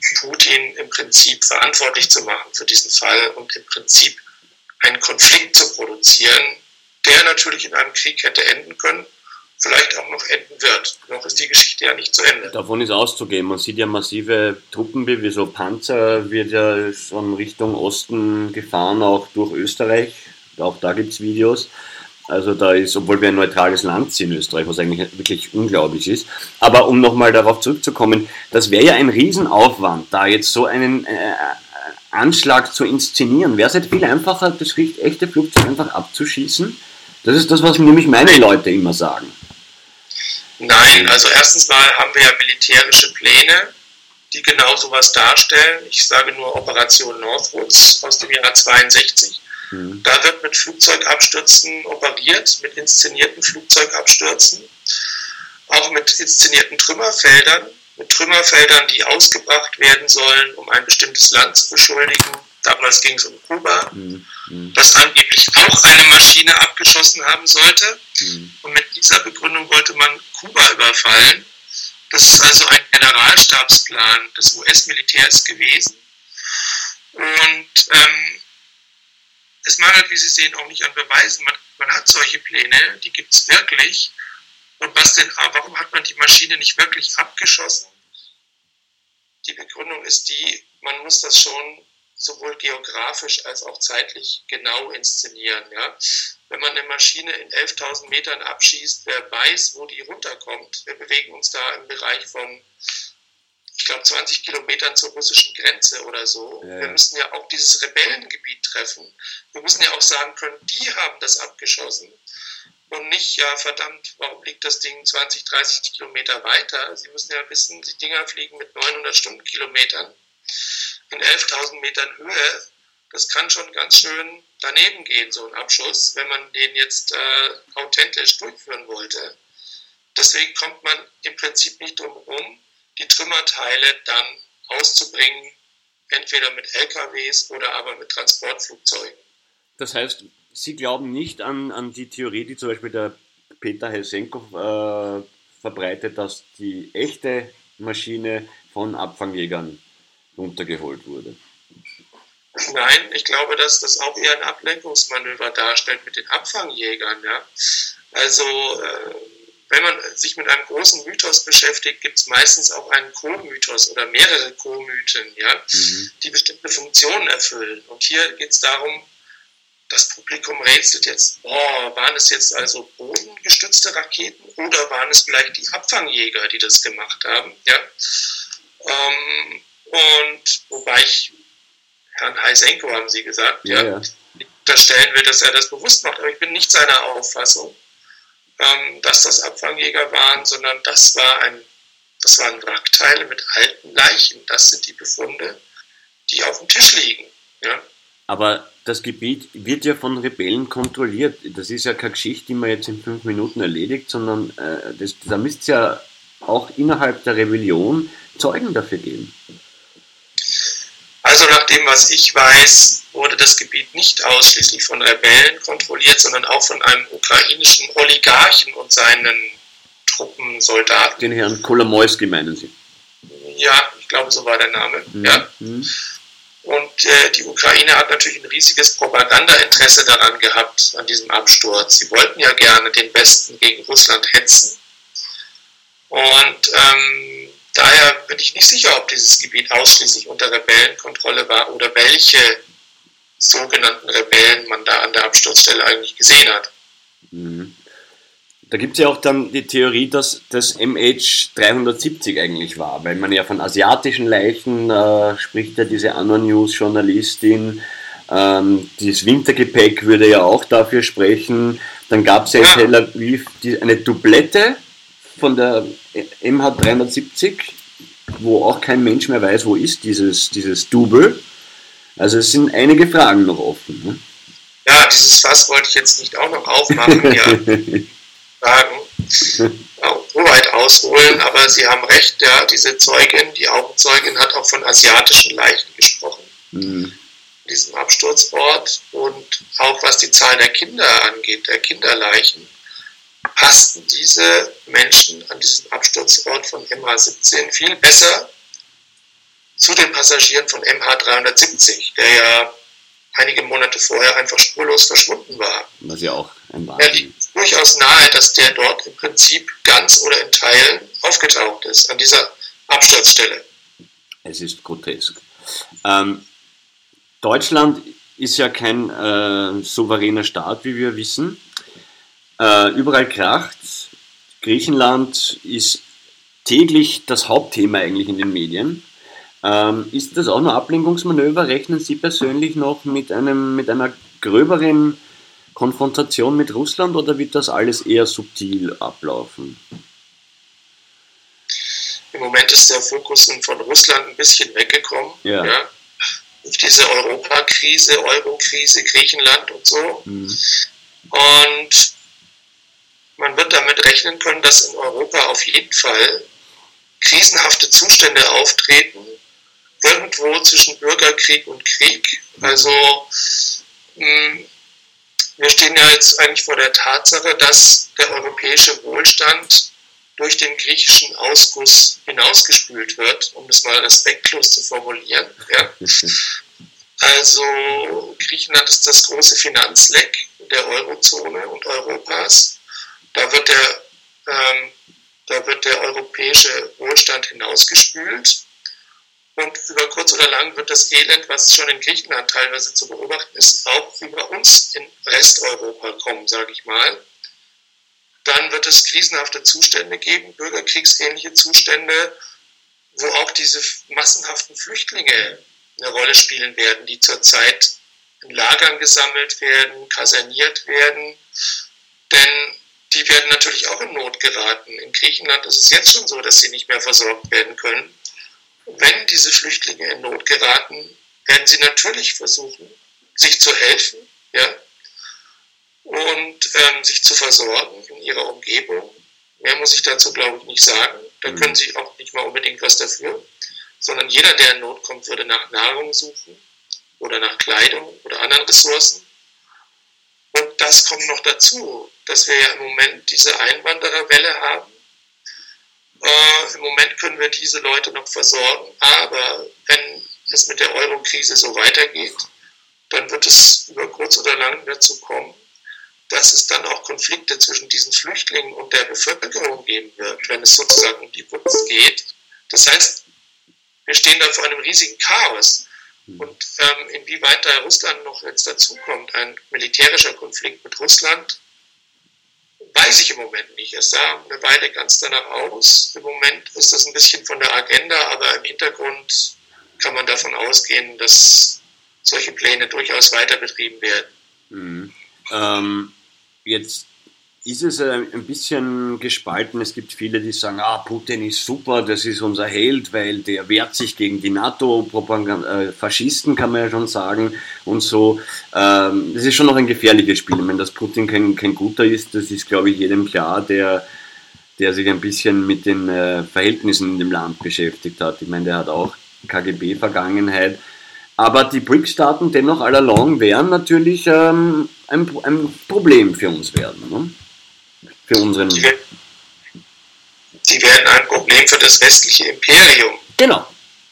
Putin im Prinzip verantwortlich zu machen für diesen Fall und im Prinzip einen Konflikt zu produzieren, der natürlich in einem Krieg hätte enden können, vielleicht auch noch enden wird. Noch ist die Geschichte ja nicht zu Ende. Davon ist auszugehen. Man sieht ja massive Truppenbewegungen, so Panzer wird ja schon Richtung Osten gefahren, auch durch Österreich. Auch da gibt es Videos. Also da ist, obwohl wir ein neutrales Land sind in Österreich, was eigentlich wirklich unglaublich ist. Aber um nochmal darauf zurückzukommen, das wäre ja ein Riesenaufwand, da jetzt so einen äh, Anschlag zu inszenieren. Wäre es nicht viel einfacher, das echte Flugzeug einfach abzuschießen? Das ist das, was nämlich meine Leute immer sagen. Nein, also erstens mal haben wir ja militärische Pläne, die genau sowas darstellen. Ich sage nur Operation Northwoods aus dem Jahr zweiundsechzig. Mhm. Da wird mit Flugzeugabstürzen operiert, mit inszenierten Flugzeugabstürzen, auch mit inszenierten Trümmerfeldern, mit Trümmerfeldern, die ausgebracht werden sollen, um ein bestimmtes Land zu beschuldigen. Damals ging es um Kuba, mhm. das angeblich auch eine Maschine abgeschossen haben sollte. Mhm. Und mit dieser Begründung wollte man Kuba überfallen. Das ist also ein Generalstabsplan des U S-Militärs gewesen. Und ähm, es mangelt, wie Sie sehen, auch nicht an Beweisen. Man, man hat solche Pläne, die gibt es wirklich. Und was denn, warum hat man die Maschine nicht wirklich abgeschossen? Die Begründung ist die, man muss das schon sowohl geografisch als auch zeitlich genau inszenieren. Ja? Wenn man eine Maschine in elftausend Metern abschießt, wer weiß, wo die runterkommt. Wir bewegen uns da im Bereich von, ich glaube, zwanzig Kilometern zur russischen Grenze oder so. Ja. Wir müssen ja auch dieses Rebellengebiet treffen. Wir müssen ja auch sagen können, die haben das abgeschossen. Und nicht, ja verdammt, warum liegt das Ding zwanzig, dreißig Kilometer weiter? Sie müssen ja wissen, die Dinger fliegen mit neunhundert Stundenkilometern in elftausend Metern Höhe. Das kann schon ganz schön daneben gehen, so ein Abschuss, wenn man den jetzt äh, authentisch durchführen wollte. Deswegen kommt man im Prinzip nicht drum herum, die Trümmerteile dann auszubringen, entweder mit L K Ws oder aber mit Transportflugzeugen. Das heißt, Sie glauben nicht an, an die Theorie, die zum Beispiel der Peter Helsenko äh, verbreitet, dass die echte Maschine von Abfangjägern runtergeholt wurde? Nein, ich glaube, dass das auch eher ein Ablenkungsmanöver darstellt mit den Abfangjägern. Ja? Also, äh, wenn man sich mit einem großen Mythos beschäftigt, gibt es meistens auch einen Co-Mythos oder mehrere Co-Mythen, ja? Mhm. die bestimmte Funktionen erfüllen. Und hier geht es darum, das Publikum rätselt jetzt, oh, waren es jetzt also bodengestützte Raketen oder waren es vielleicht die Abfangjäger, die das gemacht haben? Ja? Ähm, und wobei ich Herrn Heisenko, haben Sie gesagt, ja, ja. unterstellen will, dass er das bewusst macht, aber ich bin nicht seiner Auffassung, ähm, dass das Abfangjäger waren, sondern das war ein, das waren Wrackteile mit alten Leichen. Das sind die Befunde, die auf dem Tisch liegen. Ja. Aber das Gebiet wird ja von Rebellen kontrolliert. Das ist ja keine Geschichte, die man jetzt in fünf Minuten erledigt, sondern äh, das, da müsste es ja auch innerhalb der Rebellion Zeugen dafür geben. Also nach dem, was ich weiß, wurde das Gebiet nicht ausschließlich von Rebellen kontrolliert, sondern auch von einem ukrainischen Oligarchen und seinen Truppen, Soldaten. Den Herrn Kolomoisky meinen Sie? Ja, ich glaube, so war der Name. Mhm. Ja. Und äh, die Ukraine hat natürlich ein riesiges Propagandainteresse daran gehabt, an diesem Absturz. Sie wollten ja gerne den Westen gegen Russland hetzen. Und ähm, daher bin ich nicht sicher, ob dieses Gebiet ausschließlich unter Rebellenkontrolle war oder welche sogenannten Rebellen man da an der Absturzstelle eigentlich gesehen hat. Mhm. Da gibt es ja auch dann die Theorie, dass das M H dreihundertsiebzig eigentlich war, weil man ja von asiatischen Leichen äh, spricht, ja diese Anno-News-Journalistin, ähm, dieses Wintergepäck würde ja auch dafür sprechen. Dann gab es ja in ja. Tel Aviv die, eine Doublette von der M H dreihundertsiebzig, wo auch kein Mensch mehr weiß, wo ist dieses, dieses Double. Also es sind einige Fragen noch offen. Ne? Ja, dieses Fass wollte ich jetzt nicht auch noch aufmachen, ja. Fragen, so weit ausholen, aber Sie haben recht, ja, diese Zeugin, die Augenzeugin hat auch von asiatischen Leichen gesprochen, mhm. in diesem Absturzort, und auch was die Zahl der Kinder angeht, der Kinderleichen, passten diese Menschen an diesem Absturzort von M H siebzehn viel besser zu den Passagieren von M H dreihundertsiebzig, der ja einige Monate vorher einfach spurlos verschwunden war. Was ja auch ein Er Wahnsinn. liegt durchaus nahe, dass der dort im Prinzip ganz oder in Teilen aufgetaucht ist, an dieser Absturzstelle. Es ist grotesk. Ähm, Deutschland ist ja kein äh, souveräner Staat, wie wir wissen. Äh, überall kracht. Griechenland ist täglich das Hauptthema eigentlich in den Medien. Ähm, ist das auch nur Ablenkungsmanöver? Rechnen Sie persönlich noch mit, einem, mit einer gröberen Konfrontation mit Russland oder wird das alles eher subtil ablaufen? Im Moment ist der Fokus von Russland ein bisschen weggekommen. Ja. Ja. Durch diese Europakrise, Eurokrise, Griechenland und so. Mhm. Und man wird damit rechnen können, dass in Europa auf jeden Fall krisenhafte Zustände auftreten, irgendwo zwischen Bürgerkrieg und Krieg. Also mh, wir stehen ja jetzt eigentlich vor der Tatsache, dass der europäische Wohlstand durch den griechischen Ausguss hinausgespült wird, um es mal respektlos zu formulieren. Ja. Also Griechenland ist das große Finanzleck der Eurozone und Europas. Da wird der, ähm, da wird der europäische Wohlstand hinausgespült. Und über kurz oder lang wird das Elend, was schon in Griechenland teilweise zu beobachten ist, auch über uns in Resteuropa kommen, sage ich mal. Dann wird es krisenhafte Zustände geben, bürgerkriegsähnliche Zustände, wo auch diese massenhaften Flüchtlinge eine Rolle spielen werden, die zurzeit in Lagern gesammelt werden, kaserniert werden. Denn die werden natürlich auch in Not geraten. In Griechenland ist es jetzt schon so, dass sie nicht mehr versorgt werden können. Wenn diese Flüchtlinge in Not geraten, werden sie natürlich versuchen, sich zu helfen, ja, und ähm, sich zu versorgen in ihrer Umgebung. Mehr muss ich dazu, glaube ich, nicht sagen. Da können sie auch nicht mal unbedingt was dafür, sondern jeder, der in Not kommt, würde nach Nahrung suchen oder nach Kleidung oder anderen Ressourcen. Und das kommt noch dazu, dass wir ja im Moment diese Einwandererwelle haben. Äh, Im Moment können wir diese Leute noch versorgen, aber wenn es mit der Euro-Krise so weitergeht, dann wird es über kurz oder lang dazu kommen, dass es dann auch Konflikte zwischen diesen Flüchtlingen und der Bevölkerung geben wird, wenn es sozusagen um die Wurzel geht. Das heißt, wir stehen da vor einem riesigen Chaos. Und ähm, inwieweit da Russland noch jetzt dazukommt, ein militärischer Konflikt mit Russland, weiß ich im Moment nicht. Es sah eine Weile ganz danach aus. Im Moment ist das ein bisschen von der Agenda, aber im Hintergrund kann man davon ausgehen, dass solche Pläne durchaus weiter betrieben werden. Mhm. Ähm, jetzt ist es ein bisschen gespalten. Es gibt viele, die sagen, ah, Putin ist super, das ist unser Held, weil der wehrt sich gegen die NATO-Propaganda, äh, Faschisten, kann man ja schon sagen, und so. Ähm, das ist schon noch ein gefährliches Spiel. Ich meine, dass Putin kein, kein guter ist, das ist, glaube ich, jedem klar, der, der sich ein bisschen mit den äh, Verhältnissen in dem Land beschäftigt hat. Ich meine, der hat auch K G B-Vergangenheit. Aber die B R I C-Staaten dennoch all along werden natürlich ähm, ein, ein Problem für uns werden. Ne? Für unseren. Die, die werden ein Problem für das westliche Imperium. Genau.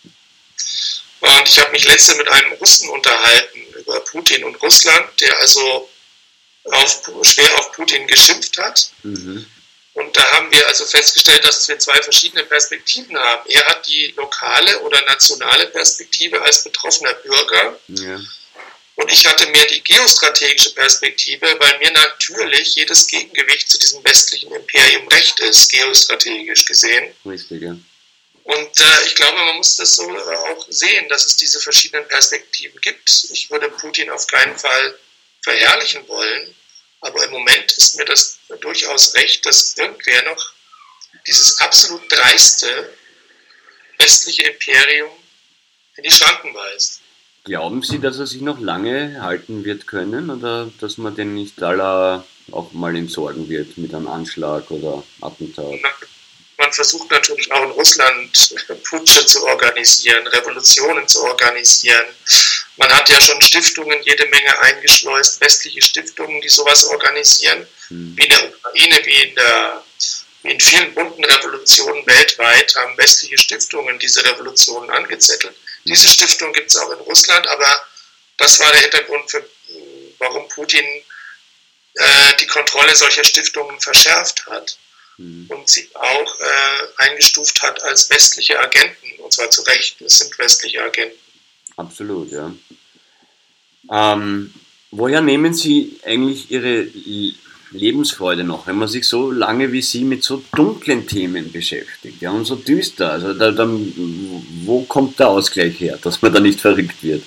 Und ich habe mich letzte mit einem Russen unterhalten über Putin und Russland, der also auf, schwer auf Putin geschimpft hat. Mhm. Und da haben wir also festgestellt, dass wir zwei verschiedene Perspektiven haben. Er hat die lokale oder nationale Perspektive als betroffener Bürger. Ja. Und ich hatte mehr die geostrategische Perspektive, weil mir natürlich jedes Gegengewicht zu diesem westlichen Imperium recht ist, geostrategisch gesehen. Richtig, ja. Und äh, ich glaube, man muss das so äh, auch sehen, dass es diese verschiedenen Perspektiven gibt. Ich würde Putin auf keinen Fall verherrlichen wollen, aber im Moment ist mir das durchaus recht, dass irgendwer noch dieses absolut dreiste westliche Imperium in die Schranken weist. Glauben Sie, dass er sich noch lange halten wird können oder dass man den nicht aller auch mal entsorgen wird mit einem Anschlag oder Attentat? Man versucht natürlich auch in Russland Putsche zu organisieren, Revolutionen zu organisieren. Man hat ja schon Stiftungen jede Menge eingeschleust, westliche Stiftungen, die sowas organisieren, hm. wie in der Ukraine, wie in, der, wie in vielen bunten Revolutionen Revolutionen weltweit haben westliche Stiftungen diese Revolutionen angezettelt. Diese Stiftung gibt es auch in Russland, aber das war der Hintergrund, für, warum Putin äh, die Kontrolle solcher Stiftungen verschärft hat mhm. und sie auch äh, eingestuft hat als westliche Agenten, und zwar zu Recht, es sind westliche Agenten. Absolut, ja. Ähm, woher nehmen Sie eigentlich Ihre Lebensfreude noch, wenn man sich so lange wie Sie mit so dunklen Themen beschäftigt, ja, und so düster? Also da, da, wo kommt der Ausgleich her, dass man da nicht verrückt wird?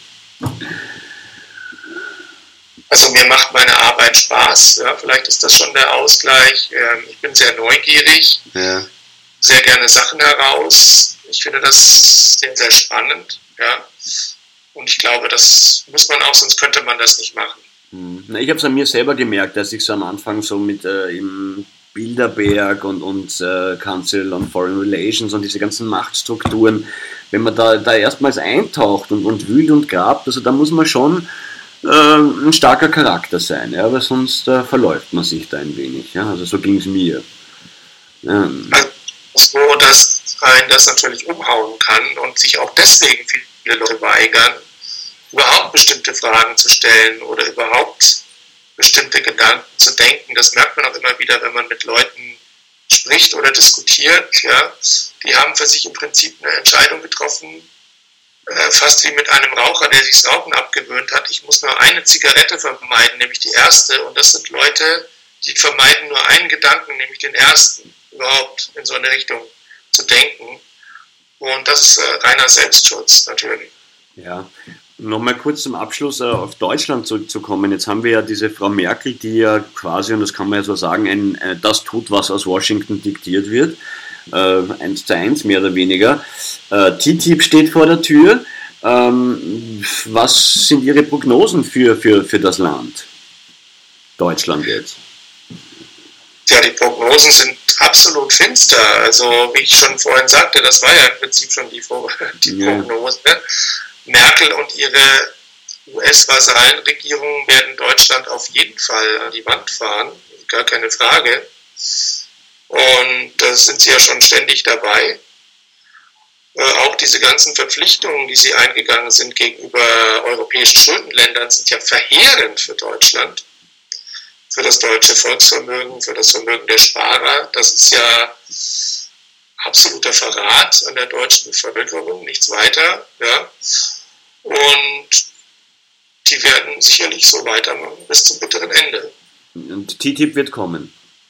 Also mir macht meine Arbeit Spaß, ja, vielleicht ist das schon der Ausgleich. Ähm, ich bin sehr neugierig, ja. sehr gerne Sachen heraus. Ich finde das sehr, sehr spannend, ja. Und ich glaube, das muss man auch, sonst könnte man das nicht machen. Na, ich habe es an mir selber gemerkt, dass ich so am Anfang so mit äh, im Bilderberg und, und äh, Council on Foreign Relations und diese ganzen Machtstrukturen, wenn man da, da erstmals eintaucht und, und wühlt und grabt, also da muss man schon äh, ein starker Charakter sein, ja, weil sonst äh, verläuft man sich da ein wenig. Ja? Also so ging es mir. Ja. Also, so, dass einen das natürlich umhauen kann und sich auch deswegen viele Leute weigern, überhaupt bestimmte Fragen zu stellen oder überhaupt bestimmte Gedanken zu denken. Das merkt man auch immer wieder, wenn man mit Leuten spricht oder diskutiert. Ja. Die haben für sich im Prinzip eine Entscheidung getroffen, äh, fast wie mit einem Raucher, der sich das Rauchen abgewöhnt hat. Ich muss nur eine Zigarette vermeiden, nämlich die erste. Und das sind Leute, die vermeiden nur einen Gedanken, nämlich den ersten, überhaupt in so eine Richtung zu denken. Und das ist äh, reiner Selbstschutz natürlich. Ja. Nochmal kurz zum Abschluss äh, auf Deutschland zurückzukommen. Jetzt haben wir ja diese Frau Merkel, die ja quasi, und das kann man ja so sagen, ein, äh, das tut, was aus Washington diktiert wird. Äh, eins zu eins, mehr oder weniger. Äh, T T I P steht vor der Tür. Ähm, was sind Ihre Prognosen für, für, für das Land? Deutschland jetzt. Ja, die Prognosen sind absolut finster. Also, wie ich schon vorhin sagte, das war ja im Prinzip schon die, die ja. Prognose. Merkel und ihre U S-Vasallenregierung werden Deutschland auf jeden Fall an die Wand fahren, gar keine Frage. Und da sind sie ja schon ständig dabei. Äh, auch diese ganzen Verpflichtungen, die sie eingegangen sind gegenüber europäischen Schuldenländern, sind ja verheerend für Deutschland, für das deutsche Volksvermögen, für das Vermögen der Sparer. Das ist ja absoluter Verrat an der deutschen Bevölkerung, nichts weiter. Ja. Und die werden sicherlich so weitermachen bis zum bitteren Ende. Und T T I P wird kommen?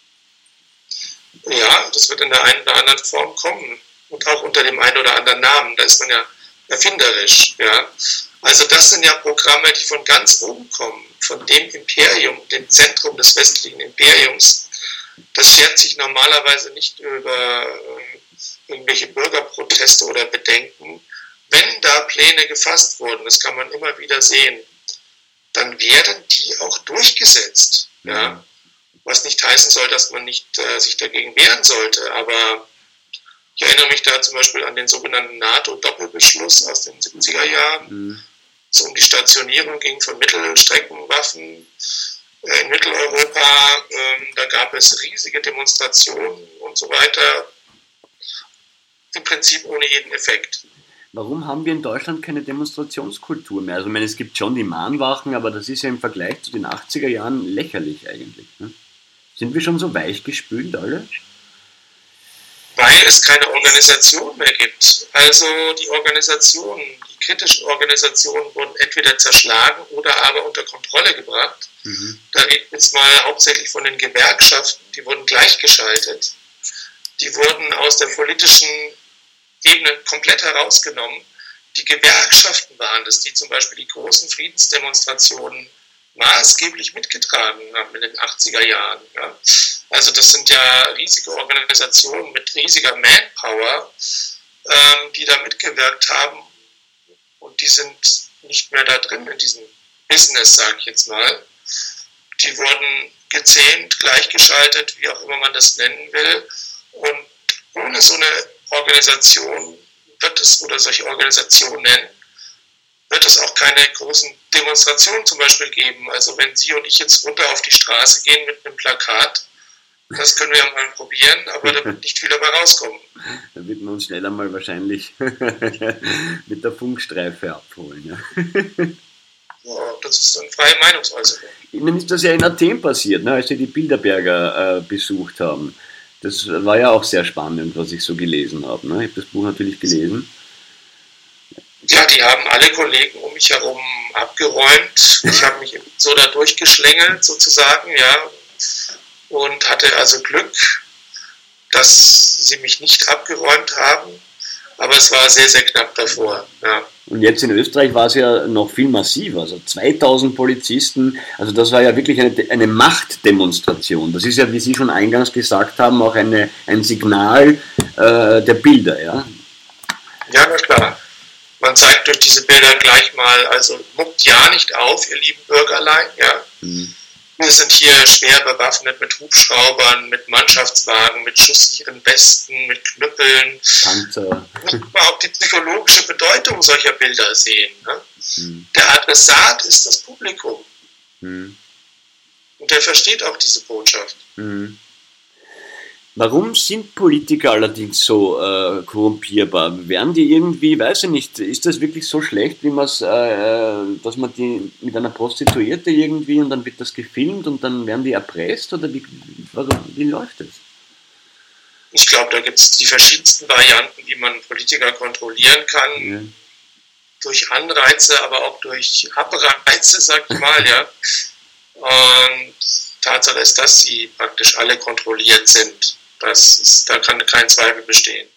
Ja, das wird in der einen oder anderen Form kommen. Und auch unter dem einen oder anderen Namen. Da ist man ja erfinderisch. Ja. Also das sind ja Programme, die von ganz oben kommen, von dem Imperium, dem Zentrum des westlichen Imperiums. Das schert sich normalerweise nicht über äh, irgendwelche Bürgerproteste oder Bedenken. Wenn da Pläne gefasst wurden, das kann man immer wieder sehen, dann werden die auch durchgesetzt. Ja? Was nicht heißen soll, dass man nicht äh, sich dagegen wehren sollte. Aber ich erinnere mich da zum Beispiel an den sogenannten NATO-Doppelbeschluss aus den siebziger Jahren. Mhm. Es um die Stationierung ging von Mittelstreckenwaffen äh, in Mitteleuropa. Ähm, da gab es riesige Demonstrationen und so weiter. Im Prinzip ohne jeden Effekt. Warum haben wir in Deutschland keine Demonstrationskultur mehr? Also ich meine, es gibt schon die Mahnwachen, aber das ist ja im Vergleich zu den achtziger Jahren lächerlich eigentlich. Ne? Sind wir schon so weichgespült alle? Weil es keine Organisation mehr gibt. Also die Organisationen, die kritischen Organisationen wurden entweder zerschlagen oder aber unter Kontrolle gebracht. Mhm. Da reden wir jetzt mal hauptsächlich von den Gewerkschaften, die wurden gleichgeschaltet. Die wurden aus der politischen Ebene komplett herausgenommen. Die Gewerkschaften waren es, die zum Beispiel die großen Friedensdemonstrationen maßgeblich mitgetragen haben in den achtziger Jahren. Ja. Also das sind ja riesige Organisationen mit riesiger Manpower, ähm, die da mitgewirkt haben und die sind nicht mehr da drin in diesem Business, sage ich jetzt mal. Die wurden gezähmt, gleichgeschaltet, wie auch immer man das nennen will. Und ohne so eine Organisation wird es, oder solche Organisationen, wird es auch keine großen Demonstrationen zum Beispiel geben. Also wenn Sie und ich jetzt runter auf die Straße gehen mit einem Plakat Das können wir ja mal probieren, aber da wird nicht viel dabei rauskommen. Da wird man uns schneller mal wahrscheinlich mit der Funkstreife abholen. Ja. Ja, das ist eine freie Meinungsäußerung. Ihnen ist das ja in Athen passiert, ne, als Sie die Bilderberger äh, besucht haben. Das war ja auch sehr spannend, was ich so gelesen habe. Ne? Ich habe das Buch natürlich gelesen. Ja, die haben alle Kollegen um mich herum abgeräumt. Ich habe mich so da durchgeschlängelt sozusagen, ja, und hatte also Glück, dass sie mich nicht abgeräumt haben, aber es war sehr, sehr knapp davor, ja. Und jetzt in Österreich war es ja noch viel massiver, also zweitausend Polizisten, also das war ja wirklich eine, eine Machtdemonstration. Das ist ja, wie Sie schon eingangs gesagt haben, auch eine, ein Signal äh, der Bilder, ja? Ja, na klar. Man zeigt durch diese Bilder gleich mal, also muckt ja nicht auf, ihr lieben Bürgerlein, ja. Mhm. Wir sind hier schwer bewaffnet mit Hubschraubern, mit Mannschaftswagen, mit schusssicheren Westen, mit Knüppeln. Panzer. Muss man auch die psychologische Bedeutung solcher Bilder sehen. Ne? Hm. Der Adressat ist das Publikum. Hm. Und der versteht auch diese Botschaft. Hm. Warum sind Politiker allerdings so äh, korrumpierbar? Werden die irgendwie, weiß ich nicht, ist das wirklich so schlecht, wie man es, äh, dass man die mit einer Prostituierte irgendwie und dann wird das gefilmt und dann werden die erpresst oder wie, also, wie läuft das? Ich glaube, da gibt es die verschiedensten Varianten, wie man Politiker kontrollieren kann. Ja. Durch Anreize, aber auch durch Abreize, sag ich mal, ja. Und Tatsache ist, dass sie praktisch alle kontrolliert sind. Das ist, da kann kein Zweifel bestehen.